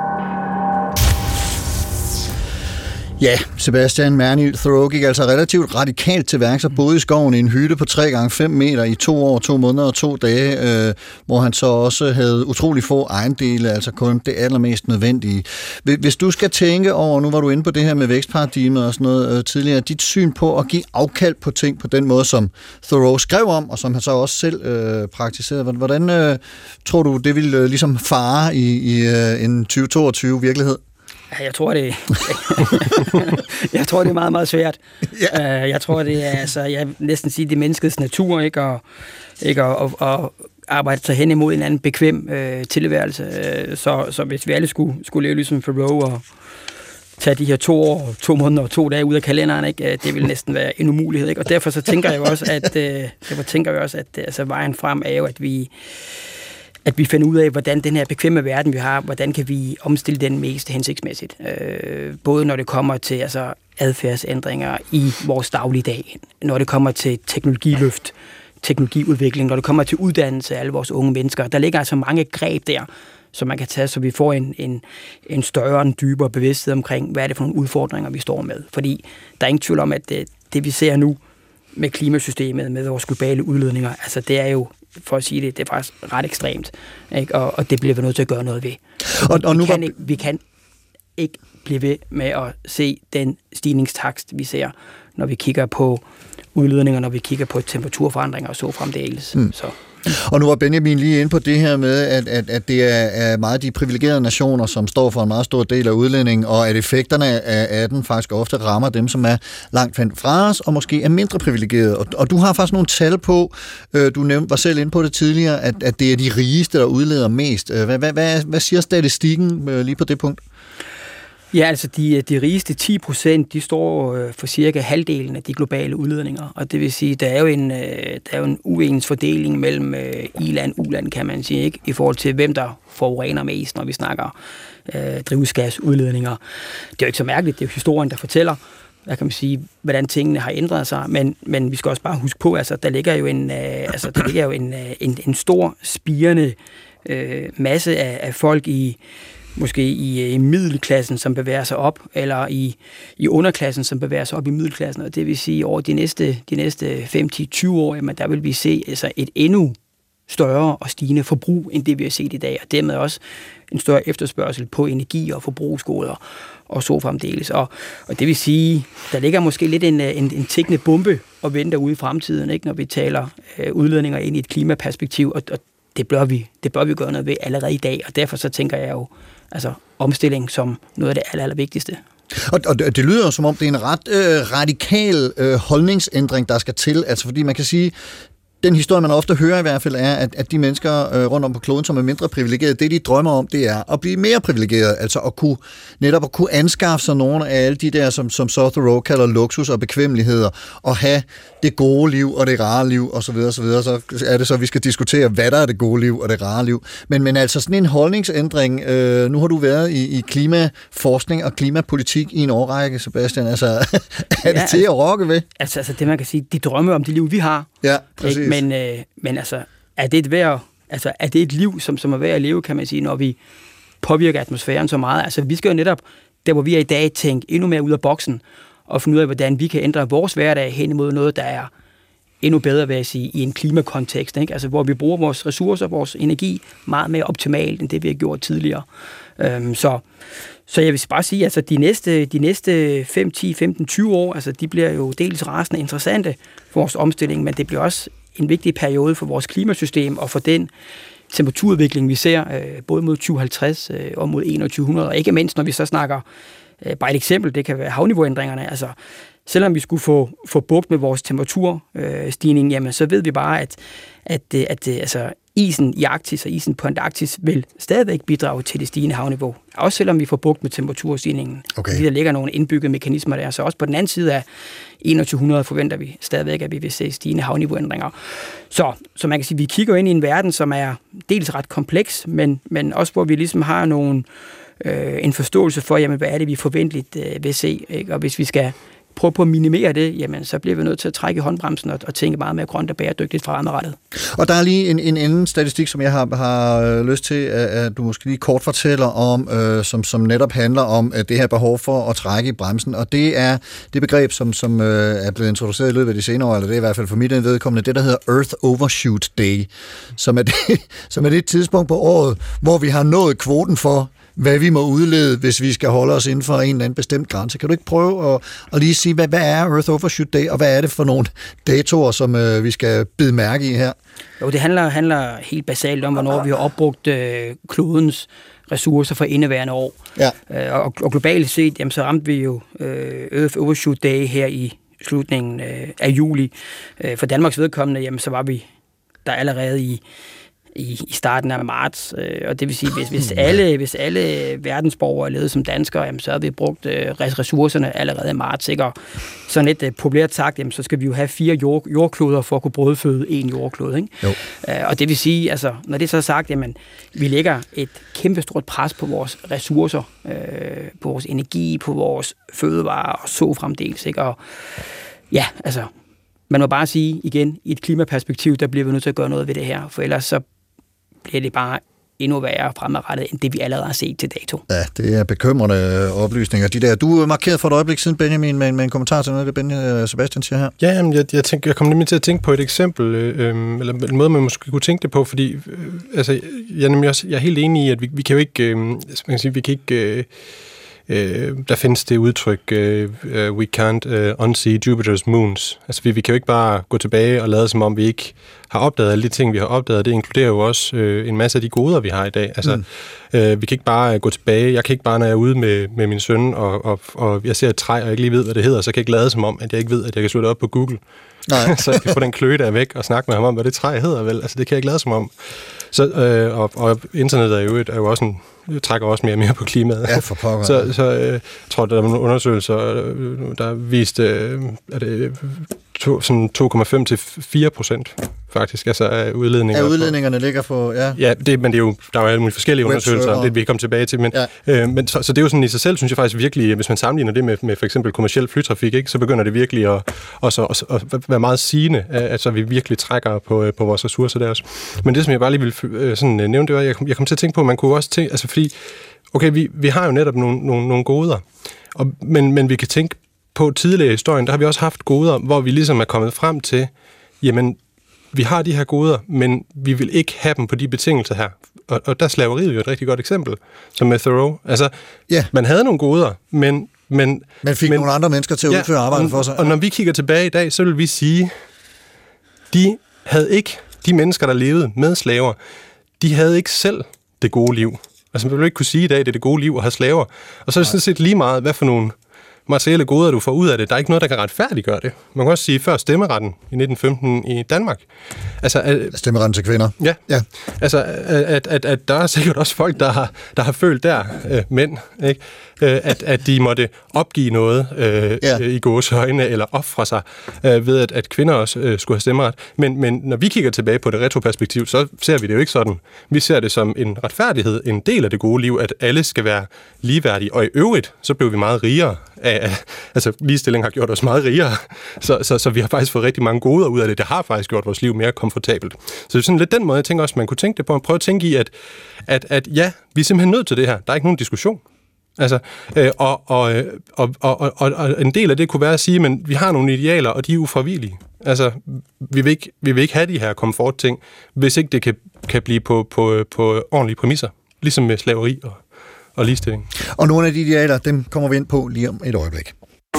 Ja, Sebastian Mernild Thoreau gik altså relativt radikalt til værks og boede i skoven i en hytte på tre gange fem meter i to år, to måneder og to dage, øh, hvor han så også havde utrolig få ejendele, altså kun det allermest nødvendige. Hvis du skal tænke over, nu var du inde på det her med vækstparadigmet og sådan noget øh, tidligere, dit syn på at give afkald på ting på den måde, som Thoreau skrev om, og som han så også selv øh, praktiserede. Hvordan øh, tror du, det ville øh, ligesom fare i, i øh, en tyve toogtyve virkelighed? Jeg tror, det jeg tror, det er meget, meget svært. Yeah. Jeg tror, det er, altså, jeg vil næsten sige, det er menneskets natur, ikke? Og, ikke? Og, og, og arbejde sig hen imod en anden bekvem øh, tilværelse. Så, så hvis vi alle skulle, skulle leve ligesom Thoreau og tage de her to år, to måneder og to dage ud af kalenderen, ikke? Det ville næsten være en umulighed, ikke? Og derfor så tænker jeg også, at, øh, derfor tænker jeg også, at altså, vejen frem er jo, at vi at vi finder ud af, hvordan den her bekvemme verden, vi har, hvordan kan vi omstille den mest hensigtsmæssigt. Øh, både når det kommer til altså, adfærdsændringer i vores dagligdag, når det kommer til teknologiløft, teknologiudvikling, når det kommer til uddannelse af alle vores unge mennesker. Der ligger altså mange greb der, som man kan tage, så vi får en, en, en større, en dybere bevidsthed omkring, hvad er det for nogle udfordringer, vi står med. Fordi der er ingen tvivl om, at det, det vi ser nu med klimasystemet, med vores globale udledninger, altså det er jo, for at sige det, det er faktisk ret ekstremt, ikke? Og, og det bliver vi nødt til at gøre noget ved. Og, og vi, nu kan var... ikke, vi kan ikke blive ved med at se den stigningstakst, vi ser når vi kigger på udledninger, når vi kigger på temperaturforandringer og så fremdeles. Mm. Så. Og nu var Benjamin lige inde på det her med, at, at, at det er meget de privilegerede nationer, som står for en meget stor del af udlændingen, og at effekterne af, af den faktisk ofte rammer dem, som er langt fra os, og måske er mindre privilegerede. Og, og du har faktisk nogle tal på, øh, du nævnte, var selv inde på det tidligere, at, at det er de rigeste, der udleder mest. Hvad, hvad, hvad, hvad siger statistikken øh, lige på det punkt? Ja, altså de, de rigeste ti procent, de står øh, for cirka halvdelen af de globale udledninger, og det vil sige, der er jo en, øh, der er jo en uens fordeling mellem øh, i-land og u-land, kan man sige, ikke? I forhold til hvem der forurener mest, når vi snakker øh, drivhusgasudledninger. Det er jo ikke så mærkeligt, det er jo historien, der fortæller, hvad kan man sige, hvordan tingene har ændret sig, men, men vi skal også bare huske på, altså der ligger jo en, øh, altså, der ligger jo en, øh, en, en stor spirende øh, masse af, af folk i måske i, i middelklassen, som bevæger sig op, eller i, i underklassen, som bevæger sig op i middelklassen. Og det vil sige, over de næste, de næste fem til tyve år, jamen, der vil vi se altså, et endnu større og stigende forbrug, end det vi har set i dag, og dermed også en større efterspørgsel på energi og forbrugsgoder og så fremdeles. Og, og det vil sige, der ligger måske lidt en, en, en tikkende bombe og venter ude i fremtiden, ikke, når vi taler øh, udledninger ind i et klimaperspektiv, og, og det bør vi, det bør vi gøre noget ved allerede i dag, og derfor så tænker jeg jo, altså omstilling som noget af det aller, aller vigtigste. Og, og det lyder jo som om, det er en ret øh, radikal øh, holdningsændring, der skal til, altså fordi man kan sige, den historie, man ofte hører i hvert fald, er, at, at de mennesker øh, rundt om på kloden, som er mindre privilegerede, det de drømmer om, det er at blive mere privilegerede, altså at kunne, netop at kunne anskaffe sig nogle af alle de der, som, som så Thoreau kalder luksus og bekvemmeligheder, og have det gode liv og det rare liv, og så videre, så videre. Så er det så, vi skal diskutere, hvad der er det gode liv og det rare liv. Men, men altså sådan en holdningsændring, øh, nu har du været i, i klimaforskning og klimapolitik i en årrække, Sebastian, altså er det ja, til altså, at rokke ved? Altså, altså det, man kan sige, de drømmer om det liv, vi har. Ja, præcis. Men, øh, men altså, er det et værd, altså, er det et liv, som, som er værd at leve, kan man sige, når vi påvirker atmosfæren så meget? Altså, vi skal jo netop, der hvor vi er i dag, tænke endnu mere ud af boksen, og finde ud af, hvordan vi kan ændre vores hverdag hen imod noget, der er endnu bedre, vil jeg sige, i en klimakontekst, ikke? Altså, hvor vi bruger vores ressourcer, vores energi meget mere optimalt, end det vi har gjort tidligere. Øhm, så, så jeg vil bare sige, altså, de næste, de næste fem, ti, femten, tyve år, altså, de bliver jo dels rasende interessante for vores omstilling, men det bliver også en vigtig periode for vores klimasystem og for den temperaturudvikling, vi ser øh, både mod tyve halvtreds øh, og mod enogtyve hundrede, og ikke mindst, når vi så snakker, øh, bare et eksempel, det kan være havniveauændringerne, altså selvom vi skulle få, få bugt med vores temperaturstigning, øh, jamen så ved vi bare, at, at, at, at altså, isen i Arktis og isen på Antarktis vil stadigvæk bidrage til det stigende havniveau. Også selvom vi får bugt med temperaturstigningen. Okay. Fordi der ligger nogle indbyggede mekanismer der. Så også på den anden side af enogtyve hundrede forventer vi stadigvæk, at vi vil se stigende havniveauændringer. Så, så man kan sige, at vi kigger ind i en verden, som er dels ret kompleks, men, men også hvor vi ligesom har nogle, øh, en forståelse for, jamen, hvad er det, vi forventeligt øh, vil se. Ikke? Og hvis vi skal prøve på at minimere det, jamen, så bliver vi nødt til at trække i håndbremsen og, og tænke meget mere grønt og bæredygtigt fremadrettet. Og der er lige en, en anden statistik, som jeg har, har lyst til, at du måske lige kort fortæller om, øh, som, som netop handler om øh, det her behov for at trække i bremsen, og det er det begreb, som, som øh, er blevet introduceret i løbet af de senere år, eller det er i hvert fald for mit vedkommende, det der hedder Earth Overshoot Day, som er det, som er det tidspunkt på året, hvor vi har nået kvoten for, hvad vi må udlede, hvis vi skal holde os inden for en eller anden bestemt grænse. Kan du ikke prøve at, at lige sige, hvad, hvad er Earth Overshoot Day, og hvad er det for nogle datoer, som øh, vi skal bide mærke i her? Jo, det handler, handler helt basalt om, hvornår vi har opbrugt øh, klodens ressourcer for indeværende år. Ja. Øh, og, og globalt set, jamen, så ramte vi jo øh, Earth Overshoot Day her i slutningen øh, af juli. Øh, for Danmarks vedkommende, jamen, så var vi der allerede i i, i starten af marts, øh, og det vil sige, hvis, hvis, alle, hvis alle verdensborgere levede som danskere, jamen, så har vi brugt øh, ressourcerne allerede i marts, ikke? Og sådan lidt øh, populært sagt, jamen, så skal vi jo have fire jord, jordkloder for at kunne brødføde en jordklode, ikke? Jo. Øh, og det vil sige, altså, når det så er sagt, jamen, vi lægger et kæmpestort pres på vores ressourcer, øh, på vores energi, på vores fødevarer og så fremdeles, ikke? Og ja, altså, man må bare sige igen, i et klimaperspektiv, der bliver vi nødt til at gøre noget ved det her, for ellers så bliver det bare endnu værre fremadrettet, end det vi allerede har set til dato. Ja, det er bekymrende oplysninger. De der, du markerede for et øjeblik siden, Benjamin, med, med en kommentar til noget, det Benjamin Sebastian siger her. Ja, jamen, jeg, jeg, tænker, jeg kom nemlig til at tænke på et eksempel, øh, eller en måde, man måske kunne tænke det på, fordi øh, altså, jeg, er nemlig også, jeg er helt enig i, at vi, vi kan jo ikke, øh, man kan sige, vi kan ikke øh, øh, der findes det udtryk, øh, we can't uh, unsee Jupiter's moons. Altså vi, vi kan jo ikke bare gå tilbage og lade som om, vi ikke har opdaget alle de ting, vi har opdaget. Det inkluderer jo også øh, en masse af de goder, vi har i dag. Altså, mm. øh, vi kan ikke bare gå tilbage. Jeg kan ikke bare, når jeg er ude med, med min søn, og, og, og jeg ser et træ, og jeg ikke lige ved, hvad det hedder, så kan jeg ikke lade som om, at jeg ikke ved, at jeg kan slå det op på Google. Nej. Så jeg kan få den kløe der væk og snakke med ham om, hvad det træ hedder vel. Altså, det kan jeg ikke lade som om. Så, øh, og, og internettet er jo, et, er jo også en, trækker også mere og mere på klimaet. Ja, for pokker. Så, så øh, jeg tror, der er nogle undersøgelser, der viste, øh, er det to, sådan to komma fem til fire procent faktisk, altså af udledninger. Ja, udledningerne ligger på, ja. Ja, det, men det er jo, der er jo alle mulige forskellige undersøgelser, det vi kommer tilbage til, men, ja. øh, men så, så det er jo sådan i sig selv, synes jeg faktisk virkelig, hvis man sammenligner det med, med for eksempel kommerciel flytrafik, ikke, så begynder det virkelig at, også, også, at være meget sigende, altså vi virkelig trækker på, på vores ressourcer der også. Men det, som jeg bare lige vil sådan nævne, det var, jeg kom, jeg kom til at tænke på, at man kunne også tænke, altså fordi, okay, vi, vi har jo netop nogle, nogle, nogle goder, og, men, men vi kan tænke på tidligere i historien, der har vi også haft goder, hvor vi ligesom er kommet frem til, jamen, vi har de her goder, men vi vil ikke have dem på de betingelser her. Og, og der er slaveriet jo et rigtig godt eksempel, som med Thoreau. Altså, yeah. man havde nogle goder, men... Men man fik men, nogle andre mennesker til at ja, udføre arbejdet for sig. Og, og når vi kigger tilbage i dag, så vil vi sige, de havde ikke, de mennesker, der levede med slaver, de havde ikke selv det gode liv. Altså, man vil ikke kunne sige i dag, det er det gode liv at have slaver. Og så er det sådan set lige meget, hvad for nogle materielle goder, du får ud af det. Der er ikke noget, der kan retfærdiggøre det. Man kan også sige, før stemmeretten i nitten femten i Danmark. Altså, at, stemmeretten til kvinder. Ja. ja. Altså, at, at, at der er sikkert også folk, der har, der har følt der, øh, mænd, ikke? Øh, at, at de måtte opgive noget øh, ja. i gåseøjne, eller ofre sig øh, ved, at, at kvinder også øh, skulle have stemmeret. Men, men når vi kigger tilbage på det retroperspektiv, så ser vi det jo ikke sådan. Vi ser det som en retfærdighed, en del af det gode liv, at alle skal være ligeværdige. Og i øvrigt, så blev vi meget rigere af, altså ligestilling har gjort os meget rigere, så, så, så vi har faktisk fået rigtig mange goder ud af det. Det har faktisk gjort vores liv mere komfortabelt. Så det er sådan lidt den måde, jeg tænker også, man kunne tænke det på, at prøve at tænke i, at, at, at ja, vi er simpelthen nødt til det her. Der er ikke nogen diskussion. Altså, øh, og, og, og, og, og, og en del af det kunne være at sige, men vi har nogle idealer, og de er ufravigelige. Altså, vi vil ikke, vi vil ikke have de her komfortting, hvis ikke det kan, kan blive på, på, på ordentlige præmisser, ligesom med slaveri og, og ligestilling. Og nogle af de idealer, dem kommer vi ind på lige om et øjeblik.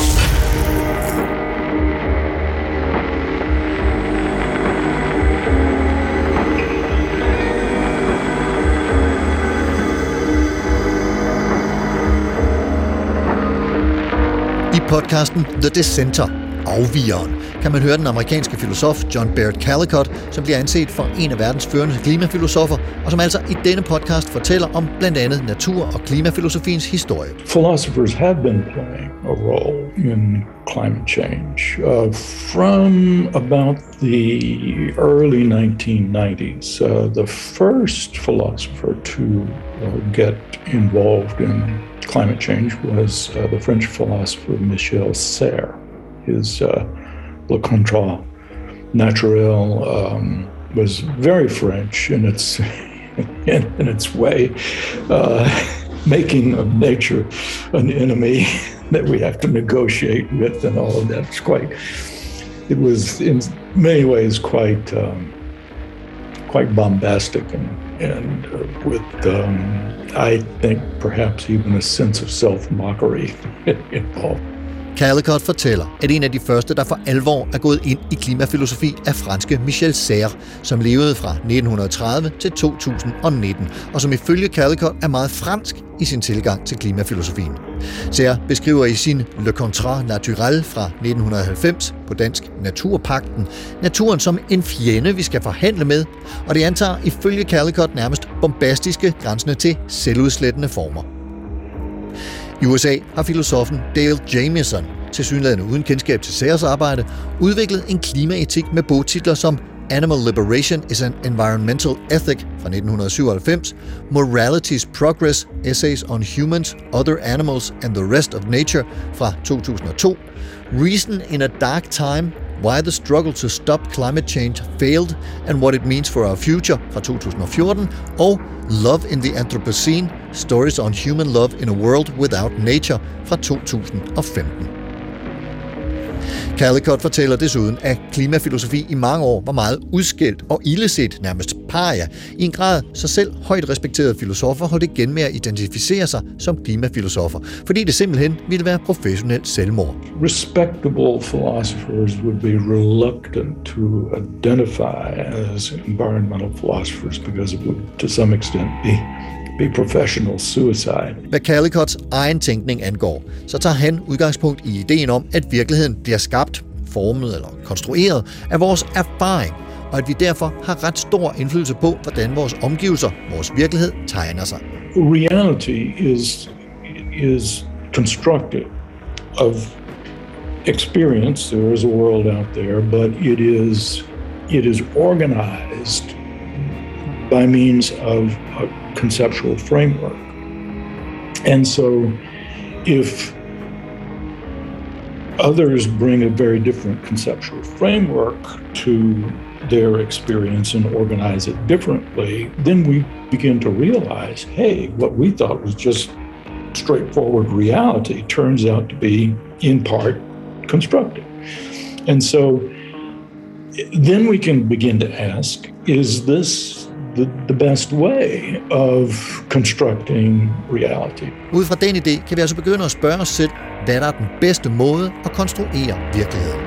I podcasten The Dissenter, afvigeren, kan man høre den amerikanske filosof John Baird Callicott, som bliver anset for en af verdens førende klimafilosofer, og som altså i denne podcast fortæller om blandt andet natur- og klimafilosofiens historie. Philosophers have been playing a role in climate change uh, from about the early nineteen nineties. Uh, the first philosopher to uh, get involved in climate change was uh, the French philosopher Michel Serres. His uh, Le Contrat Naturel um, was very French in its in, in its way, uh, making of nature an enemy that we have to negotiate with, and all of that. It's quite. It was in many ways quite um, quite bombastic and and uh, with um, I think perhaps even a sense of self-mockery involved. Callicott fortæller, at en af de første, der for alvor er gået ind i klimafilosofi, er franske Michel Serres, som levede fra nitten tredive til to tusind og nitten, og som ifølge Callicott er meget fransk i sin tilgang til klimafilosofien. Serres beskriver i sin Le Contrat Naturel fra nitten halvfems, på dansk Naturpagten, naturen som en fjende, vi skal forhandle med, og det antager ifølge Callicott nærmest bombastiske, grænsende til selvudslættende former. I U S A har filosofen Dale Jamieson, tilsyneladende uden kendskab til Serres arbejde, udviklet en klimaetik med bogtitler som Animal Liberation is an Environmental Ethic fra nitten syvoghalvfems, Morality's Progress, Essays on Humans, Other Animals and the Rest of Nature fra to tusind og to, Reason in a Dark Time, Why the Struggle to Stop Climate Change Failed and What It Means for Our Future fra to tusind og fjorten, og Love in the Anthropocene, Stories on Human Love in a World Without Nature fra to tusind og femten. Caldicott fortæller desuden, at klimafilosofi i mange år var meget udskældt og ildeset, nærmest paria, i en grad så selv højt respekterede filosofer holdt igen med at identificere sig som klimafilosofer, fordi det simpelthen ville være professionelt selvmord. Respectable philosophers would be reluctant to identify as environmental philosophers because it would to some extent be be professional suicide. Hvad Callicotts egen tænkning angår, så tager han udgangspunkt i ideen om, at virkeligheden bliver skabt, formet eller konstrueret af vores erfaring, og at vi derfor har ret stor indflydelse på, hvordan vores omgivelser, vores virkelighed, tegner sig. Reality is is constructed of experience. There is a world out there, but it is it is organized by means of a conceptual framework. And so if others bring a very different conceptual framework to their experience and organize it differently, then we begin to realize, hey, what we thought was just straightforward reality turns out to be in part constructed. And so then we can begin to ask, is this The, the best way of constructing reality? Ud fra den idé kan vi altså begynde at spørge os selv, hvad der er den bedste måde at konstruere virkeligheden.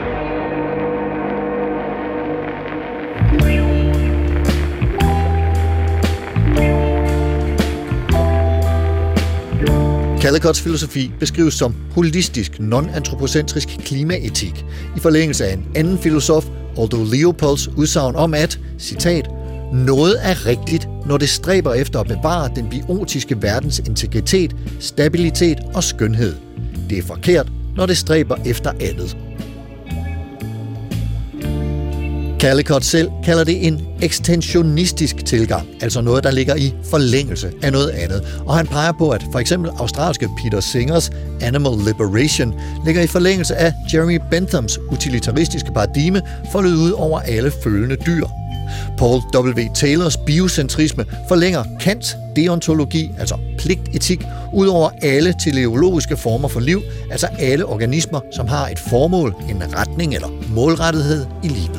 Callicotts filosofi beskrives som holistisk, non-antropocentrisk klimaetik, i forlængelse af en anden filosof, Aldo Leopolds udsagn om at, citat, noget er rigtigt, når det stræber efter at bevare den biotiske verdens integritet, stabilitet og skønhed. Det er forkert, når det stræber efter andet. Callicott selv kalder det en ekstensionistisk tilgang, altså noget, der ligger i forlængelse af noget andet. Og han peger på, at for eksempel australske Peter Singers Animal Liberation ligger i forlængelse af Jeremy Benthams utilitaristiske paradigme foldet ud over alle følende dyr. Paul W. Taylors biocentrisme forlænger Kants deontologi, altså pligtetik, ud over alle teleologiske former for liv, altså alle organismer, som har et formål, en retning eller målrettighed i livet.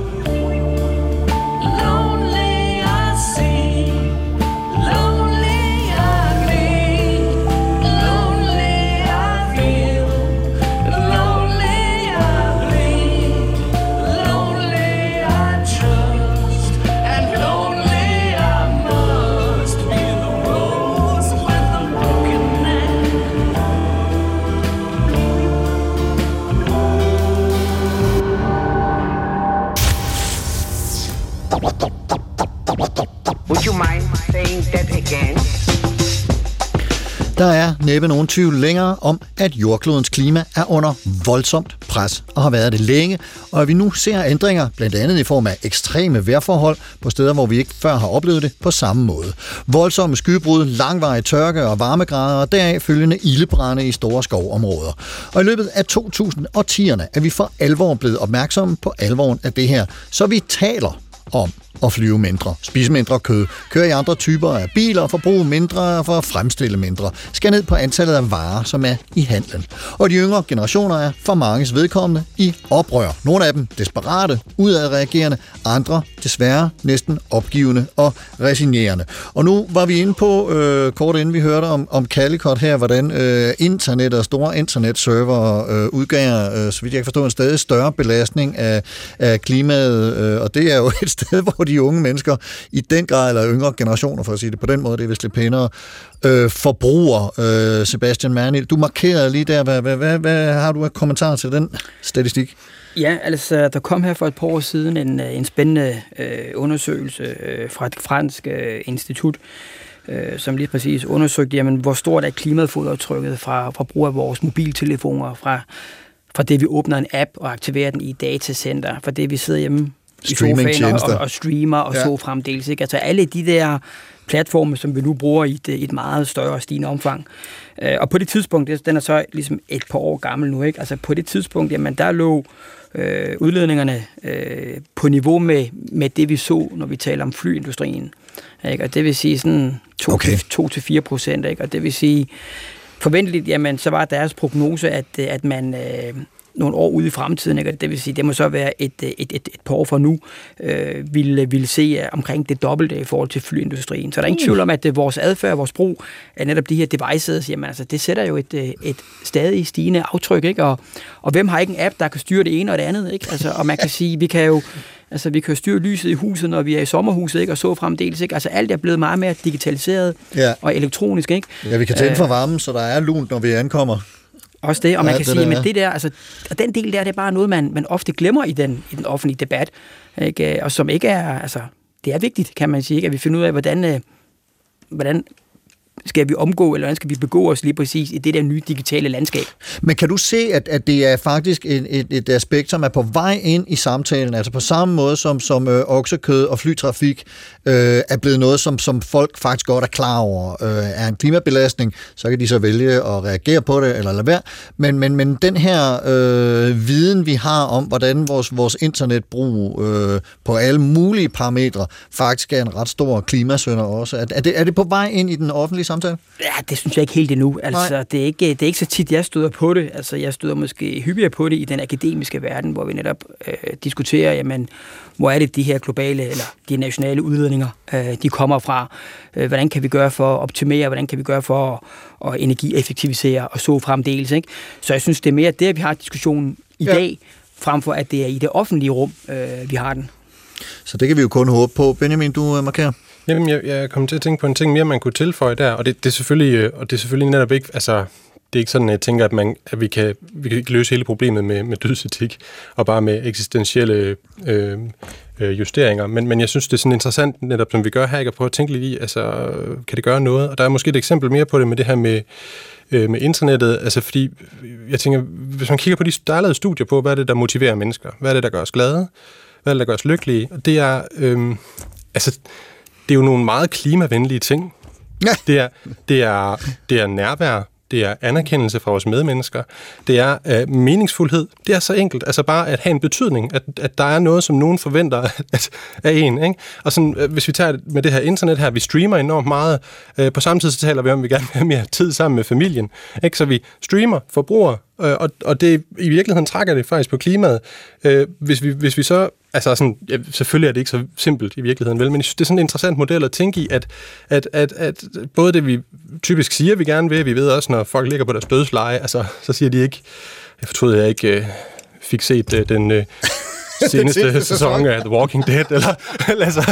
Would you mind saying that again? Der er næppe nogen tvivl længere om, at jordklodens klima er under voldsomt pres og har været det længe, og at vi nu ser ændringer, blandt andet i form af ekstreme vejrforhold på steder, hvor vi ikke før har oplevet det på samme måde. Voldsomme skybrud, langvarig tørke og varmegrader og deraf følgende ildebrande i store skovområder. Og i løbet af to tusind og tierne er vi for alvor blevet opmærksomme på alvoren af det her, så vi taler om at flyve mindre, spise mindre kød, køre i andre typer af biler, forbruge mindre for at fremstille mindre, skære ned på antallet af varer, som er i handlen. Og de yngre generationer er for manges vedkommende i oprør. Nogle af dem desperate, udadreagerende, andre desværre næsten opgivende og resignerende. Og nu var vi inde på, øh, kort inden vi hørte om, om Callicott her, hvordan øh, internet og store internetserver øh, udgav, øh, så vidt jeg kan forstå, en stadig større belastning af, af klimaet, øh, og det er jo et sted, hvor de unge mennesker i den grad, eller yngre generationer, for at sige det på den måde, det er vist lidt pænere, øh, forbruger. Øh, Sebastian Mernil, du markerede lige der, hvad, hvad, hvad, hvad har du af kommentarer til den statistik? Ja, altså der kom her for et par år siden en, en spændende øh, undersøgelse øh, fra et fransk øh, institut, øh, som lige præcis undersøgte, jamen, hvor stort er klimafodaftrykket fra, fra brug af vores mobiltelefoner, fra, fra det vi åbner en app og aktiverer den i datacenter, fra det vi sidder hjemme i sofaen og, og, og streamer og ja. så fremdeles. Ikke? Altså alle de der platforme, som vi nu bruger i et, et meget større og stigende omfang. Øh, og på det tidspunkt, den er så ligesom et par år gammel nu, ikke? Altså på det tidspunkt, jamen der lå øh, udledningerne øh, på niveau med, med det, vi så, når vi taler om flyindustrien. Ikke? Og det vil sige sådan to til fire procent, ikke? Og det vil sige, forventeligt, jamen så var deres prognose, at, at man... Øh, nogle år ude i fremtiden, ikke? Det vil sige, det må så være et, et, et, et par år fra nu, øh, vil, vil se omkring det dobbelte i forhold til flyindustrien. Så der er ingen tvivl om, at øh, vores adfærd, vores brug af netop de her devices, jamen, altså, det sætter jo et, et stadig stigende aftryk, ikke? Og, og hvem har ikke en app, der kan styre det ene og det andet, ikke? Altså, og man kan sige, vi kan jo Altså, vi kan jo styre lyset i huset, når vi er i sommerhuset, ikke? Og så fremdeles, ikke? Altså, alt er blevet meget mere digitaliseret ja. og elektronisk, ikke? Ja, vi kan tænde for varmen, så der er lunt, når vi ankommer. Også det, og man ja, kan sige, at det der, altså, den del der, det er bare noget, man, man ofte glemmer i den, i den offentlige debat, ikke? Og som ikke er, altså, det er vigtigt, kan man sige, ikke? At vi finder ud af, hvordan, hvordan skal vi omgå, eller hvordan skal vi begå os lige præcis i det der nye digitale landskab. Men kan du se, at, at det er faktisk et, et, et aspekt, som er på vej ind i samtalen, altså på samme måde som, som øh, oksekød og flytrafik øh, er blevet noget, som, som folk faktisk godt er klar over, øh, er en klimabelastning, så kan de så vælge at reagere på det, eller lade være. Men, men, men den her øh, viden, vi har om, hvordan vores, vores internetbrug øh, på alle mulige parametre faktisk er en ret stor klimasynder også. Er, er, det, er det på vej ind i den offentlige samtale? Ja, det synes jeg ikke helt endnu. Altså, det er, ikke, det er ikke så tit, jeg støder på det. Altså, jeg støder måske hyppigere på det i den akademiske verden, hvor vi netop øh, diskuterer, jamen, hvor er det de her globale eller de nationale udledninger, øh, de kommer fra. Øh, hvordan kan vi gøre for at optimere, hvordan kan vi gøre for at, at energieffektivisere og så fremdeles, ikke? Så jeg synes, det er mere det, at vi har diskussionen i ja. dag, frem for at det er i det offentlige rum, øh, vi har den. Så det kan vi jo kun håbe på. Benjamin, du markerer. Jamen, jeg, jeg kom til at tænke på en ting mere, man kunne tilføje der, og det, det er selvfølgelig, og det er selvfølgelig netop ikke, altså, det er ikke sådan, at jeg tænker, at, man, at vi, kan, vi kan ikke løse hele problemet med, med dødsetik, og bare med eksistentielle øh, øh, justeringer, men, men jeg synes, det er sådan interessant, netop som vi gør her, ikke, at prøve at tænke lidt i, altså, kan det gøre noget? Og der er måske et eksempel mere på det med det her med, øh, med internettet, altså fordi, jeg tænker, hvis man kigger på de, der er lavet studier på, hvad er det, der motiverer mennesker? Hvad er det, der gør os glade? Hvad er det, der gør os lykkelige? Og det er, øh, altså, det er jo nogle meget klimavenlige ting. Ja. Det er, det er, det er nærvær, det er anerkendelse fra vores medmennesker, det er uh, meningsfuldhed. Det er så enkelt, altså bare at have en betydning, at, at der er noget, som nogen forventer at, af en. Ikke? Og sådan, uh, hvis vi tager med det her internet her, vi streamer enormt meget. Uh, på samme tid så taler vi om, at vi gerne vil have mere tid sammen med familien. Ikke? Så vi streamer, forbruger, uh, og, og det i virkeligheden trækker det faktisk på klimaet. Uh, hvis, vi, hvis vi så Altså sådan, ja, selvfølgelig er det ikke så simpelt i virkeligheden, vel, men jeg synes, det er sådan en interessant model at tænke i, at, at, at, at både det, vi typisk siger, vi gerne vil, vi ved også, når folk ligger på deres dødsleje, altså, så siger de ikke, jeg fortrød, at jeg ikke øh, fik set øh, den... Øh, seneste sæson af The Walking Dead, eller, eller altså,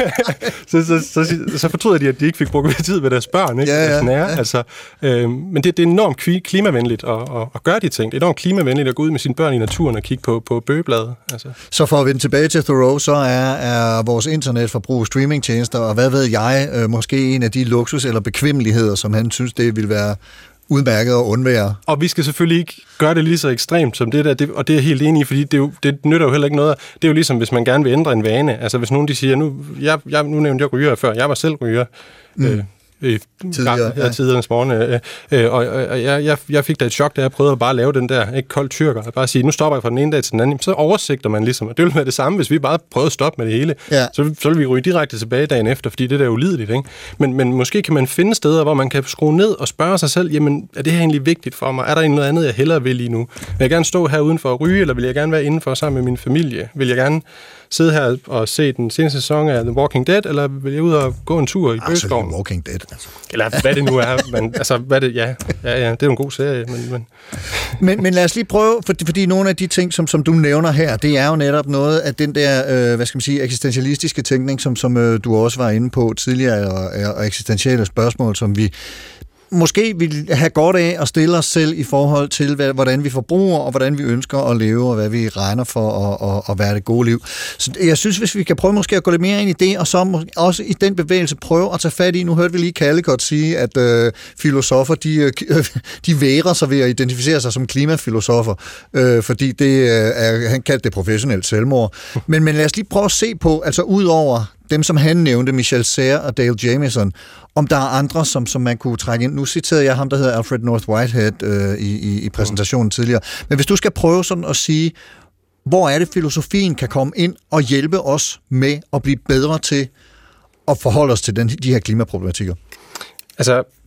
så, så, så, så, så fortryder de, at de ikke fik brugt tid med deres børn, ikke? Ja, ja, sådan er, ja. Altså, øh, men det, det er enormt klimavenligt at, at, at gøre de ting. Det er enormt klimavenligt at gå ud med sine børn i naturen og kigge på, på bøgebladet. Altså. Så for at vende tilbage til Thoreau, så er, er vores internetforbrug, streamingtjenester, og hvad ved jeg, øh, måske en af de luksus eller bekvemmeligheder, som han synes, det vil være udmærket og undvære. Og vi skal selvfølgelig ikke gøre det lige så ekstremt som det der, det, og det er jeg helt enig i, fordi det, jo, det nytter jo heller ikke noget. Det er jo ligesom, hvis man gerne vil ændre en vane. Altså hvis nogen de siger, nu, jeg, jeg, nu nævnte jeg ryger før, jeg var selv ryger. Mm. Øh, Øh, tidligere, ja. Tidernes morgen. Øh, øh, og og jeg, jeg, jeg fik da et chok, da jeg prøvede at bare lave den der ikke kold tyrker, og bare sige, nu stopper jeg fra den ene dag til den anden, så oversigter man ligesom. Og det ville være det samme, hvis vi bare prøvede at stoppe med det hele. Ja. Så, så ville vi ryge direkte tilbage dagen efter, fordi det der er ulideligt. Ikke? Men, men måske kan man finde steder, hvor man kan skrue ned og spørge sig selv, jamen, er det her egentlig vigtigt for mig? Er der egentlig noget andet, jeg hellere vil lige nu? Vil jeg gerne stå her udenfor og ryge, eller vil jeg gerne være indenfor sammen med min familie? Vil jeg gerne sidde her og se den seneste sæson af The Walking Dead, eller vil jeg ud og gå en tur i bøgeskoven? The Walking Dead, altså. Eller hvad det nu er. Men, altså, hvad det, ja, ja, ja, det er jo en god serie. Men, men. men, men lad os lige prøve, for, fordi nogle af de ting, som, som du nævner her, det er jo netop noget af den der, øh, hvad skal man sige, eksistentialistiske tænkning, som, som øh, du også var inde på tidligere, og, og eksistentielle spørgsmål, som vi måske vil have godt af at stille os selv i forhold til, hvad, hvordan vi forbruger, og hvordan vi ønsker at leve, og hvad vi regner for at, at, at være det gode liv. Så jeg synes, hvis vi kan prøve måske at gå lidt mere ind i det, og så også i den bevægelse prøve at tage fat i, nu hørte vi lige Caldecott sige, at øh, filosofer, de, øh, de vægrer sig ved at identificere sig som klimafilosofer, øh, fordi det er, han kaldte det professionelt selvmord. Men, men lad os lige prøve at se på, altså ud over dem, som han nævnte, Michel Serres og Dale Jamieson, om der er andre, som, som man kunne trække ind. Nu citerede jeg ham, der hedder Alfred North Whitehead øh, i, i præsentationen tidligere. Men hvis du skal prøve sådan at sige, hvor er det filosofien kan komme ind og hjælpe os med at blive bedre til at forholde os til den, de her klimaproblematikker? Altså,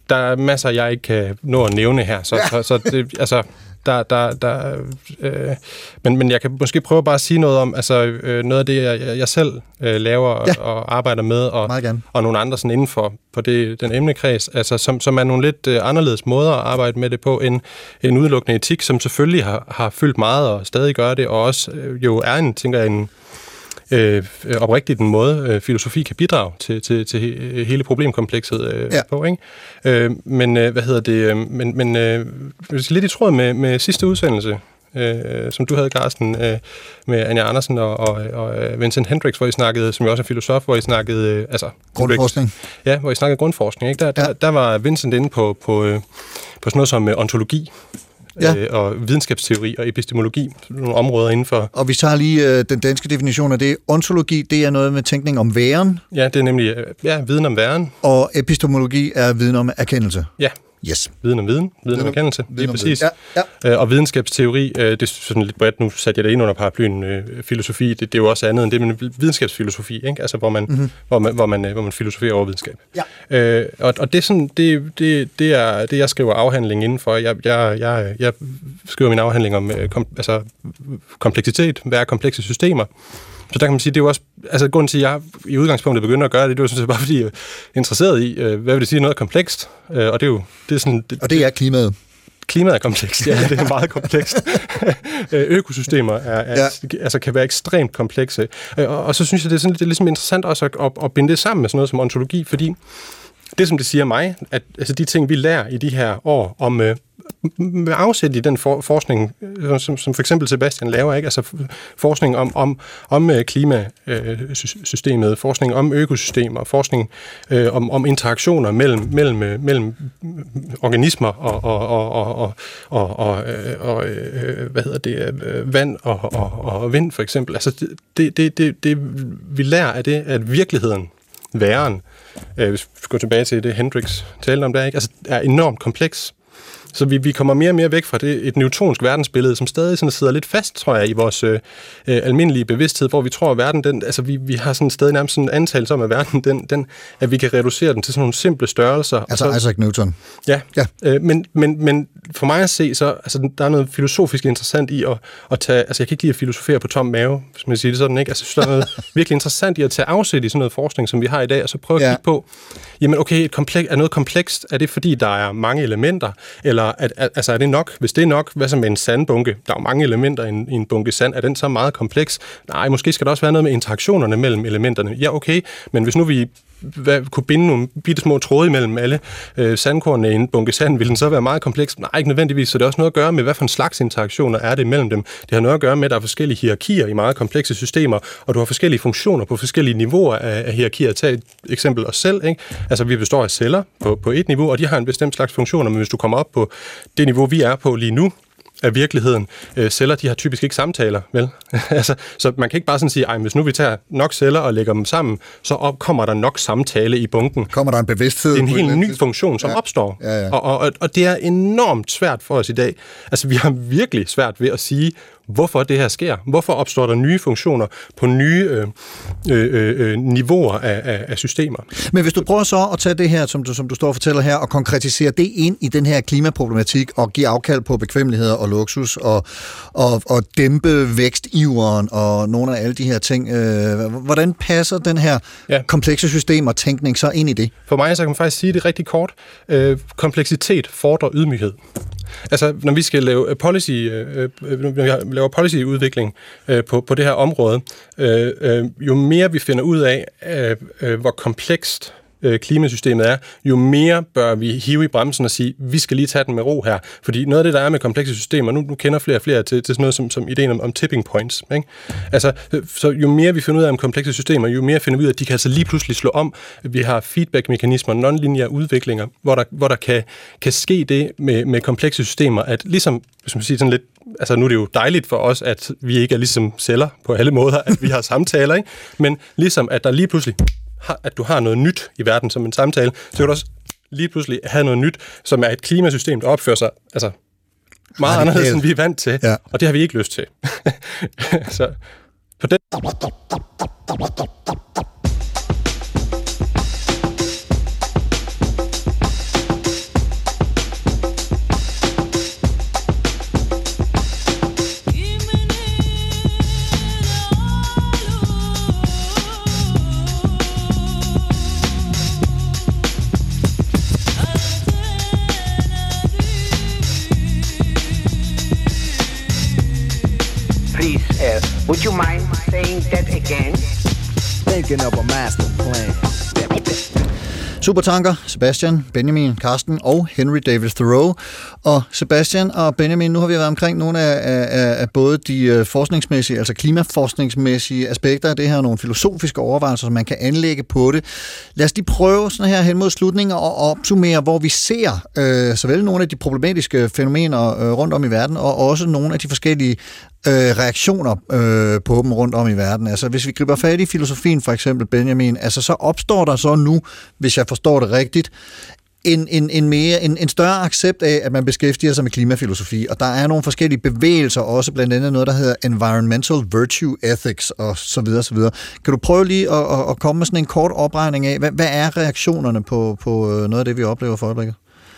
der er masser, jeg ikke kan nå at nævne her, så, ja. så, så det, altså... Der, der, der, øh, men, men jeg kan måske prøve bare at sige noget om altså, øh, noget af det, jeg, jeg selv øh, laver ja. og, og arbejder med, og, og nogle andre sådan inden for på det, den emnekreds, altså, som, som er nogle lidt øh, anderledes måder at arbejde med det på, end en udelukkende etik, som selvfølgelig har, har fyldt meget og stadig gør det, og også øh, jo er en, tænker jeg, en øh, oprigtigt en måde, øh, filosofi kan bidrage til, til, til hele problemkomplekset øh, ja. på, ikke? Øh, men øh, hvad hedder det? Øh, men men øh, lidt i tråd med, med sidste udsendelse, øh, som du havde, Carsten, øh, med Anja Andersen og, og, og Vincent Hendricks, hvor I snakkede, som jo også er filosof, hvor I snakkede øh, altså grundforskning. Ja, hvor I snakkede grundforskning, ikke? Der, ja. der, der var Vincent inde på på, øh, på sådan noget som øh, ontologi. Ja. Øh, og videnskabsteori og epistemologi, nogle områder inden for... Og vi tager lige øh, den danske definition af det. Ontologi, det er noget med tænkning om væren. Ja, det er nemlig ja, viden om væren. Og epistemologi er viden om erkendelse. Ja. Yes. Viden om viden, viden om erkendelse, lige præcis. Ja, ja. Øh, og videnskabsteori, øh, det er sådan lidt bredt, nu satte jeg det ind under paraplyen øh, filosofi, det, det er jo også andet end det, men videnskabsfilosofi, ikke? Altså hvor man, mm-hmm. hvor man, hvor man, øh, hvor man filosoferer over videnskab. Ja. Øh, og, og det er sådan, det, det, det er det, jeg skriver afhandling indenfor. Jeg, jeg, jeg, jeg skriver min afhandling om øh, kom, altså, kompleksitet, hvad er komplekse systemer. Så der kan man sige, det er jo også, altså grunden til, at jeg i udgangspunktet begynder at gøre det, det er jo sådan set bare, fordi jeg er interesseret i, hvad vil det sige, noget komplekst, og det er jo, det er sådan... Det, og det er klimaet. Klimaet er komplekst, ja, det er meget komplekst. Økosystemer er, er, ja. altså, kan være ekstremt komplekse, og, og så synes jeg, det er, sådan, det er ligesom interessant også at, at, at binde det sammen med sådan noget som ontologi, fordi det, som det siger mig, at altså, de ting, vi lærer i de her år om... med afsæt i den for, forskning, som, som for eksempel Sebastian laver, ikke? Altså forskning om, om, om klimasystemet, forskning om økosystemer, forskning øh, om, om interaktioner mellem, mellem, mellem organismer og, og, og, og, og, og, og øh, hvad hedder det, vand og, og, og vind for eksempel. Altså det, det, det, det, vi lærer af det, at virkeligheden, væren, øh, hvis vi går tilbage til det, Hendricks talte om der, ikke? Altså er enormt kompleks. Så vi, vi kommer mere og mere væk fra det, et newtonsk verdensbillede, som stadig sådan sidder lidt fast, tror jeg, i vores øh, almindelige bevidsthed, hvor vi tror, at verden, den, altså vi, vi har sådan stadig nærmest sådan en antagelse om, at verden, den, den, at vi kan reducere den til sådan nogle simple størrelser. Altså så, Isaac Newton. Ja, ja. Øh, men, men, men for mig at se, så altså, der er noget filosofisk interessant i at, at tage, altså jeg kan ikke lide at filosofere på tom mave, hvis man siger det sådan, ikke? Altså jeg synes, der er noget virkelig interessant i at tage afsæt i sådan noget forskning, som vi har i dag, og så prøve at ja. kigge på, jamen okay, et kompleks, er noget komplekst, er det fordi, der er mange elementer, eller at, at, altså er det nok? Hvis det er nok, hvad så med en sandbunke? Der er jo mange elementer i en, i en bunke sand. Er den så meget kompleks? Nej, måske skal der også være noget med interaktionerne mellem elementerne. Ja, okay, men hvis nu vi hvad, kunne binde nogle bitte små tråde imellem alle øh, sandkornene i en bunke sand, vil den så være meget kompleks? Nej, ikke nødvendigvis. Så det er også noget at gøre med, hvad for en slags interaktioner er det mellem dem. Det har noget at gøre med, at der er forskellige hierarkier i meget komplekse systemer, og du har forskellige funktioner på forskellige niveauer af, af hierarkier. Tag et eksempel os selv, ikke? Altså, vi består af celler på, på et niveau, og de har en bestemt slags funktioner, men hvis du kommer op på det niveau, vi er på lige nu, af virkeligheden. Øh, celler, de har typisk ikke samtaler, vel? altså, så man kan ikke bare sådan sige, ej, hvis nu vi tager nok celler og lægger dem sammen, så op, kommer der nok samtale i bunken. Kommer der en bevidsthed? Det er en helt ny funktion, som ja. opstår. Ja, ja. Og, og, og det er enormt svært for os i dag. Altså, vi har virkelig svært ved at sige, hvorfor det her sker. Hvorfor opstår der nye funktioner på nye øh, øh, øh, niveauer af, af, af systemer? Men hvis du prøver så at tage det her, som du, som du står og fortæller her, og konkretisere det ind i den her klimaproblematik, og give afkald på bekvemmeligheder og luksus, og, og, og dæmpe vækstiveren, og nogle af alle de her ting. Øh, hvordan passer den her ja. komplekse system og tænkning så ind i det? For mig så kan man faktisk sige det rigtig kort. Øh, kompleksitet fordrer ydmyghed. Altså, når vi skal lave policy, øh, når vi laver policyudvikling øh, på, på det her område, øh, øh, jo mere vi finder ud af, øh, øh, hvor komplekst øh, klimasystemet er, jo mere bør vi hive i bremsen og sige, vi skal lige tage den med ro her. Fordi noget af det, der er med komplekse systemer, nu, nu kender flere og flere til, til sådan noget som, som ideen om, om tipping points. Ikke? Altså, så jo mere vi finder ud af om komplekse systemer, jo mere finder vi ud af, at de kan altså lige pludselig slå om. Vi har feedback-mekanismer, non-lineære udviklinger, hvor der, hvor der kan, kan ske det med, med komplekse systemer, at ligesom, hvis man siger sådan lidt, altså nu er det jo dejligt for os, at vi ikke er ligesom celler på alle måder, at vi har samtaler, ikke? Men ligesom, at der lige pludselig at du har noget nyt i verden som en samtale, så kan du også lige pludselig have noget nyt, som er et klimasystem, der opfører sig altså meget anderledes, end vi er vant til, ja. Og det har vi ikke lyst til. Så på den... Would you mind saying that again? Thinking of a master plan. Supertanker, Sebastian, Benjamin, Carsten og Henry David Thoreau. Og Sebastian og Benjamin, nu har vi været omkring nogle af, af, af både de forskningsmæssige, altså klimaforskningsmæssige aspekter af det her, og nogle filosofiske overvejelser, som man kan anlægge på det. Lad os lige prøve sådan her hen mod slutningen og opsummere, hvor vi ser øh, såvel nogle af de problematiske fænomener øh, rundt om i verden, og også nogle af de forskellige øh, reaktioner øh, på dem rundt om i verden. Altså hvis vi griber fat i filosofien, for eksempel Benjamin, altså så opstår der så nu, hvis jeg forstår det rigtigt, En, en, en, mere, en, en større accept af, at man beskæftiger sig med klimafilosofi, og der er nogle forskellige bevægelser, også blandt andet noget, der hedder Environmental Virtue Ethics, og så videre, så videre. Kan du prøve lige at, at, at komme med sådan en kort opregning af, hvad, hvad er reaktionerne på, på noget af det, vi oplever for øjeblikket?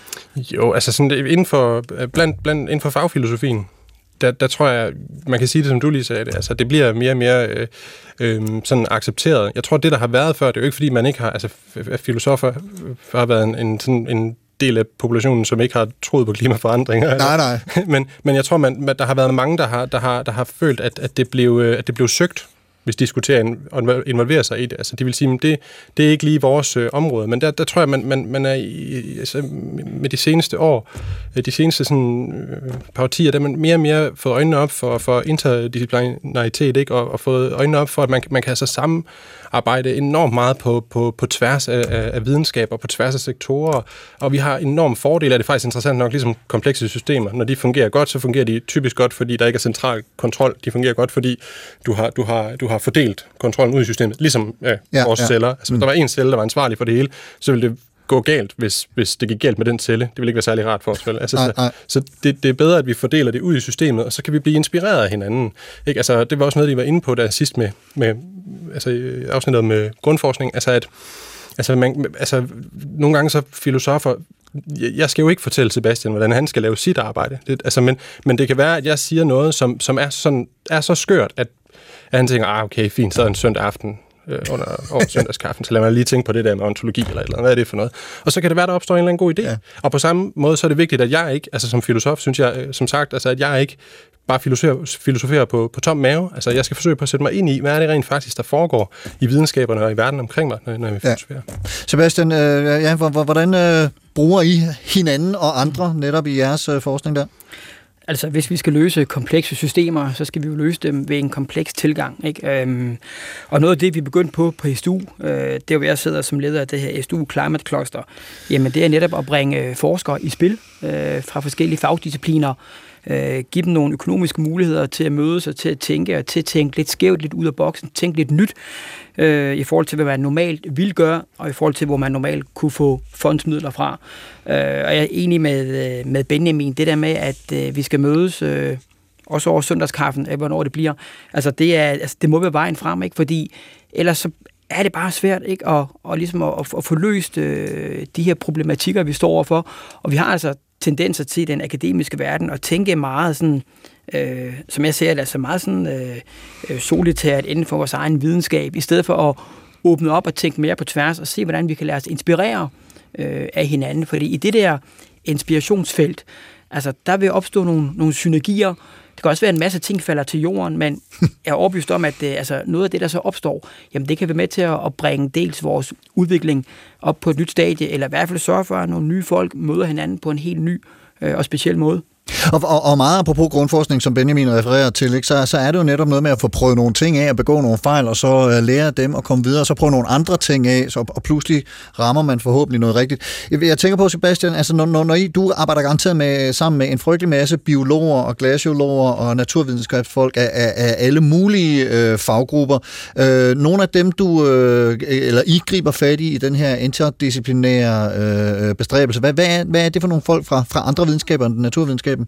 Jo, altså sådan inden for, blandt, blandt, inden for fagfilosofien, Der, der tror jeg, man kan sige det, som du lige sagde det, altså det bliver mere og mere øh, øh, sådan accepteret. Jeg tror, det, der har været før, det er jo ikke, fordi man ikke har, altså filosofer har været en, en, sådan en del af populationen, som ikke har troet på klimaforandringer. Nej, nej. men, men jeg tror, man, der har været mange, der har, der har, der har følt, at, at, det blev, at det blev søgt, hvis de skulle til at involvere sig i det. Altså, det vil sige, at det, det er ikke lige vores øh, område, men der, der tror jeg, man, man, man er i, altså, med de seneste år, de seneste sådan, øh, par årtier, der man mere og mere fået øjnene op for, for interdisciplinaritet, ikke? Og, og fået øjnene op for, at man, man kan altså samarbejde enormt meget på, på, på tværs af, af videnskaber, på tværs af sektorer, og vi har enormt fordele, og det er faktisk interessant nok, ligesom komplekse systemer. Når de fungerer godt, så fungerer de typisk godt, fordi der ikke er central kontrol. De fungerer godt, fordi du har, du har, du har fordelt kontrollen ud i systemet, ligesom ja, ja, vores ja. celler. Altså, hvis der var en celle, der var ansvarlig for det hele, så ville det gå galt, hvis, hvis det gik galt med den celle. Det ville ikke være særlig rart for os. Altså, ej, ej. Så, så det, det er bedre, at vi fordeler det ud i systemet, og så kan vi blive inspireret af hinanden. Ikke? Altså, det var også noget, de var inde på der sidst med, med altså, afsnittet med grundforskning. Altså, at altså, man, altså, nogle gange så filosofer, jeg skal jo ikke fortælle Sebastian, hvordan han skal lave sit arbejde. Det, altså, men, men det kan være, at jeg siger noget, som, som er, sådan, er så skørt, at, at han tænker, ah, okay, fint, så er en søndag aften øh, under over søndagskaffen, så lad mig lige tænke på det der med ontologi eller et eller andet. Hvad er det for noget? Og så kan det være, der opstår en eller anden god idé. Ja. Og på samme måde, så er det vigtigt, at jeg ikke, altså som filosof, synes jeg, som sagt, altså, at jeg ikke bare filosoferer, filosoferer på, på tom mave. Altså, jeg skal forsøge på at sætte mig ind i, hvad er det rent faktisk, der foregår i videnskaberne og i verden omkring mig, når, når vi filosoferer. Ja. Sebastian, øh, ja, hvordan øh, bruger I hinanden og andre netop i jeres øh, forskning der? Altså, hvis vi skal løse komplekse systemer, så skal vi jo løse dem ved en kompleks tilgang, ikke? Øhm, og noget af det, vi begyndte på på S D U, øh, det er jo, jeg sidder som leder af det her S D U Climate Cluster, jamen det er netop at bringe forskere i spil øh, fra forskellige fagdiscipliner, øh, give dem nogle økonomiske muligheder til at mødes og til at tænke, og til at tænke lidt skævt, lidt ud af boksen, tænke lidt nyt, øh, i forhold til, hvad man normalt vil gøre, og i forhold til, hvor man normalt kunne få fondsmidler fra. Øh, og jeg er enig med, med Benjamin, det der med, at øh, vi skal mødes, øh, også over søndagskaffen, øh, hvornår det bliver. Altså, det, er, altså, det må være vejen frem, ikke? Fordi ellers så er det bare svært, ikke? Og, og ligesom at, at få løst øh, de her problematikker, vi står overfor. Og vi har altså tendenser til den akademiske verden at tænke meget sådan, øh, som jeg ser det, altså meget sådan øh, solitært inden for vores egen videnskab, i stedet for at åbne op og tænke mere på tværs og se, hvordan vi kan lade os inspirere øh, af hinanden. Fordi i det der inspirationsfelt, altså der vil opstå nogle, nogle synergier. Det kan også være en masse ting falder til jorden, men jeg er overbevist om, at det, altså noget af det, der så opstår, jamen det kan være med til at, at bringe dels vores udvikling op på et nyt stadie, eller i hvert fald sørge for, at nogle nye folk møder hinanden på en helt ny øh, og speciel måde. Og, og, og meget apropos grundforskning, som Benjamin refererer til, ikke, så, så er det jo netop noget med at få prøvet nogle ting af, at begå nogle fejl, og så uh, lære dem og komme videre, og så prøve nogle andre ting af, så, og pludselig rammer man forhåbentlig noget rigtigt. Jeg, jeg tænker på, Sebastian, altså når, når, når I, du arbejder garanteret med, sammen med en frygtelig masse biologer og glaciologer og naturvidenskabsfolk af, af, af alle mulige øh, faggrupper. Øh, nogle af dem, du, øh, eller I griber fat i i den her interdisciplinære øh, bestræbelse, hvad, hvad, er, hvad er det for nogle folk fra, fra andre videnskaber end naturvidenskab?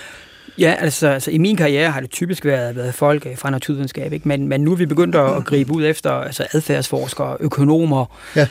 Ja, altså, altså i min karriere har det typisk været, været folk fra naturvidenskab, ikke? Men, men nu er vi begyndt at, at gribe ud efter altså adfærdsforskere, økonomer, ja.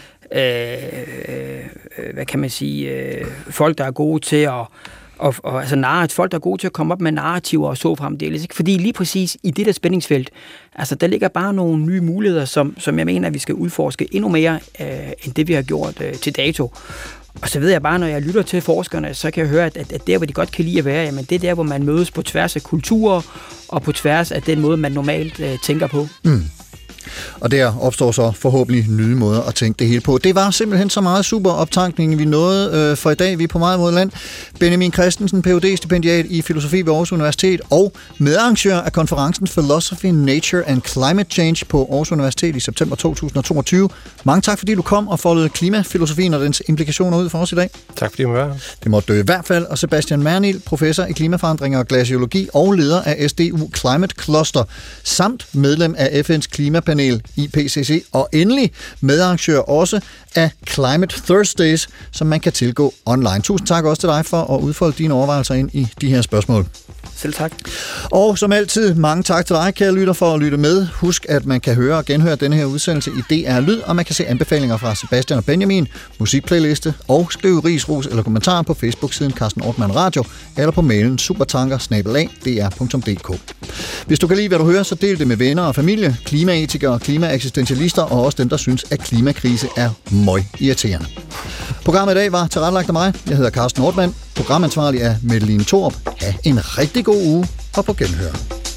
øh, hvad kan man sige, øh, folk, der er gode til at og, og, altså narrat, folk, der er gode til at komme op med narrativer og så fremdeles. Ikke? Fordi lige præcis i det der spændingsfelt, altså der ligger bare nogle nye muligheder, som, som jeg mener, at vi skal udforske endnu mere, øh, end det vi har gjort øh, til dato. Og så ved jeg bare, når jeg lytter til forskerne, så kan jeg høre, at, at, at der, hvor de godt kan lide at være, jamen det er der, hvor man mødes på tværs af kulturer, og på tværs af den måde, man normalt øh, tænker på. Mm. Og der opstår så forhåbentlig nye måder at tænke det hele på. Det var simpelthen så meget super optankning, vi nåede øh, for i dag. Vi er på meget mod land. Benjamin Christensen, P H D-stipendiat i filosofi ved Aarhus Universitet og medarrangør af konferencen Philosophy, Nature and Climate Change på Aarhus Universitet i september to tusind og toogtyve. Mange tak, fordi du kom og foldede klimafilosofien og dens implikationer ud for os i dag. Tak fordi du måtte være. Det måtte du i hvert fald. Og Sebastian Mernil, professor i klimaforandringer og glaciologi og leder af S D U Climate Cluster, samt medlem af F N's klimapanel I P C C, og endelig medarrangør også af Climate Thursdays, som man kan tilgå online. Tusind tak også til dig for at udfolde dine overvejelser ind i de her spørgsmål. Selv tak. Og som altid, mange tak til dig, kære lytter, for at lytte med. Husk, at man kan høre og genhøre denne her udsendelse i D R Lyd, og man kan se anbefalinger fra Sebastian og Benjamin, musikplayliste og skrive ris, ros eller kommentarer på Facebook-siden Carsten Ortmann Radio, eller på mailen supertanker snabel-a d r punktum d k. Hvis du kan lide, hvad du hører, så del det med venner og familie, klimaetikere, klimaeksistentialister og også dem, der synes, at klimakrise er møg irriterende. Programmet i dag var tilrettelagt af mig. Jeg hedder Carsten Ortmann. Programansvarlig er Medeline Thorup. Ha' en rigtig god uge og på genhør.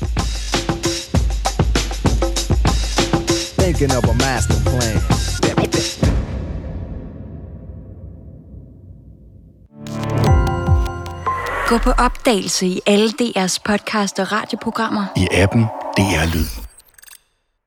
Thinking of a master plan. Gå på opdagelse i alle D R's podcast og radioprogrammer. I appen D R Lyd.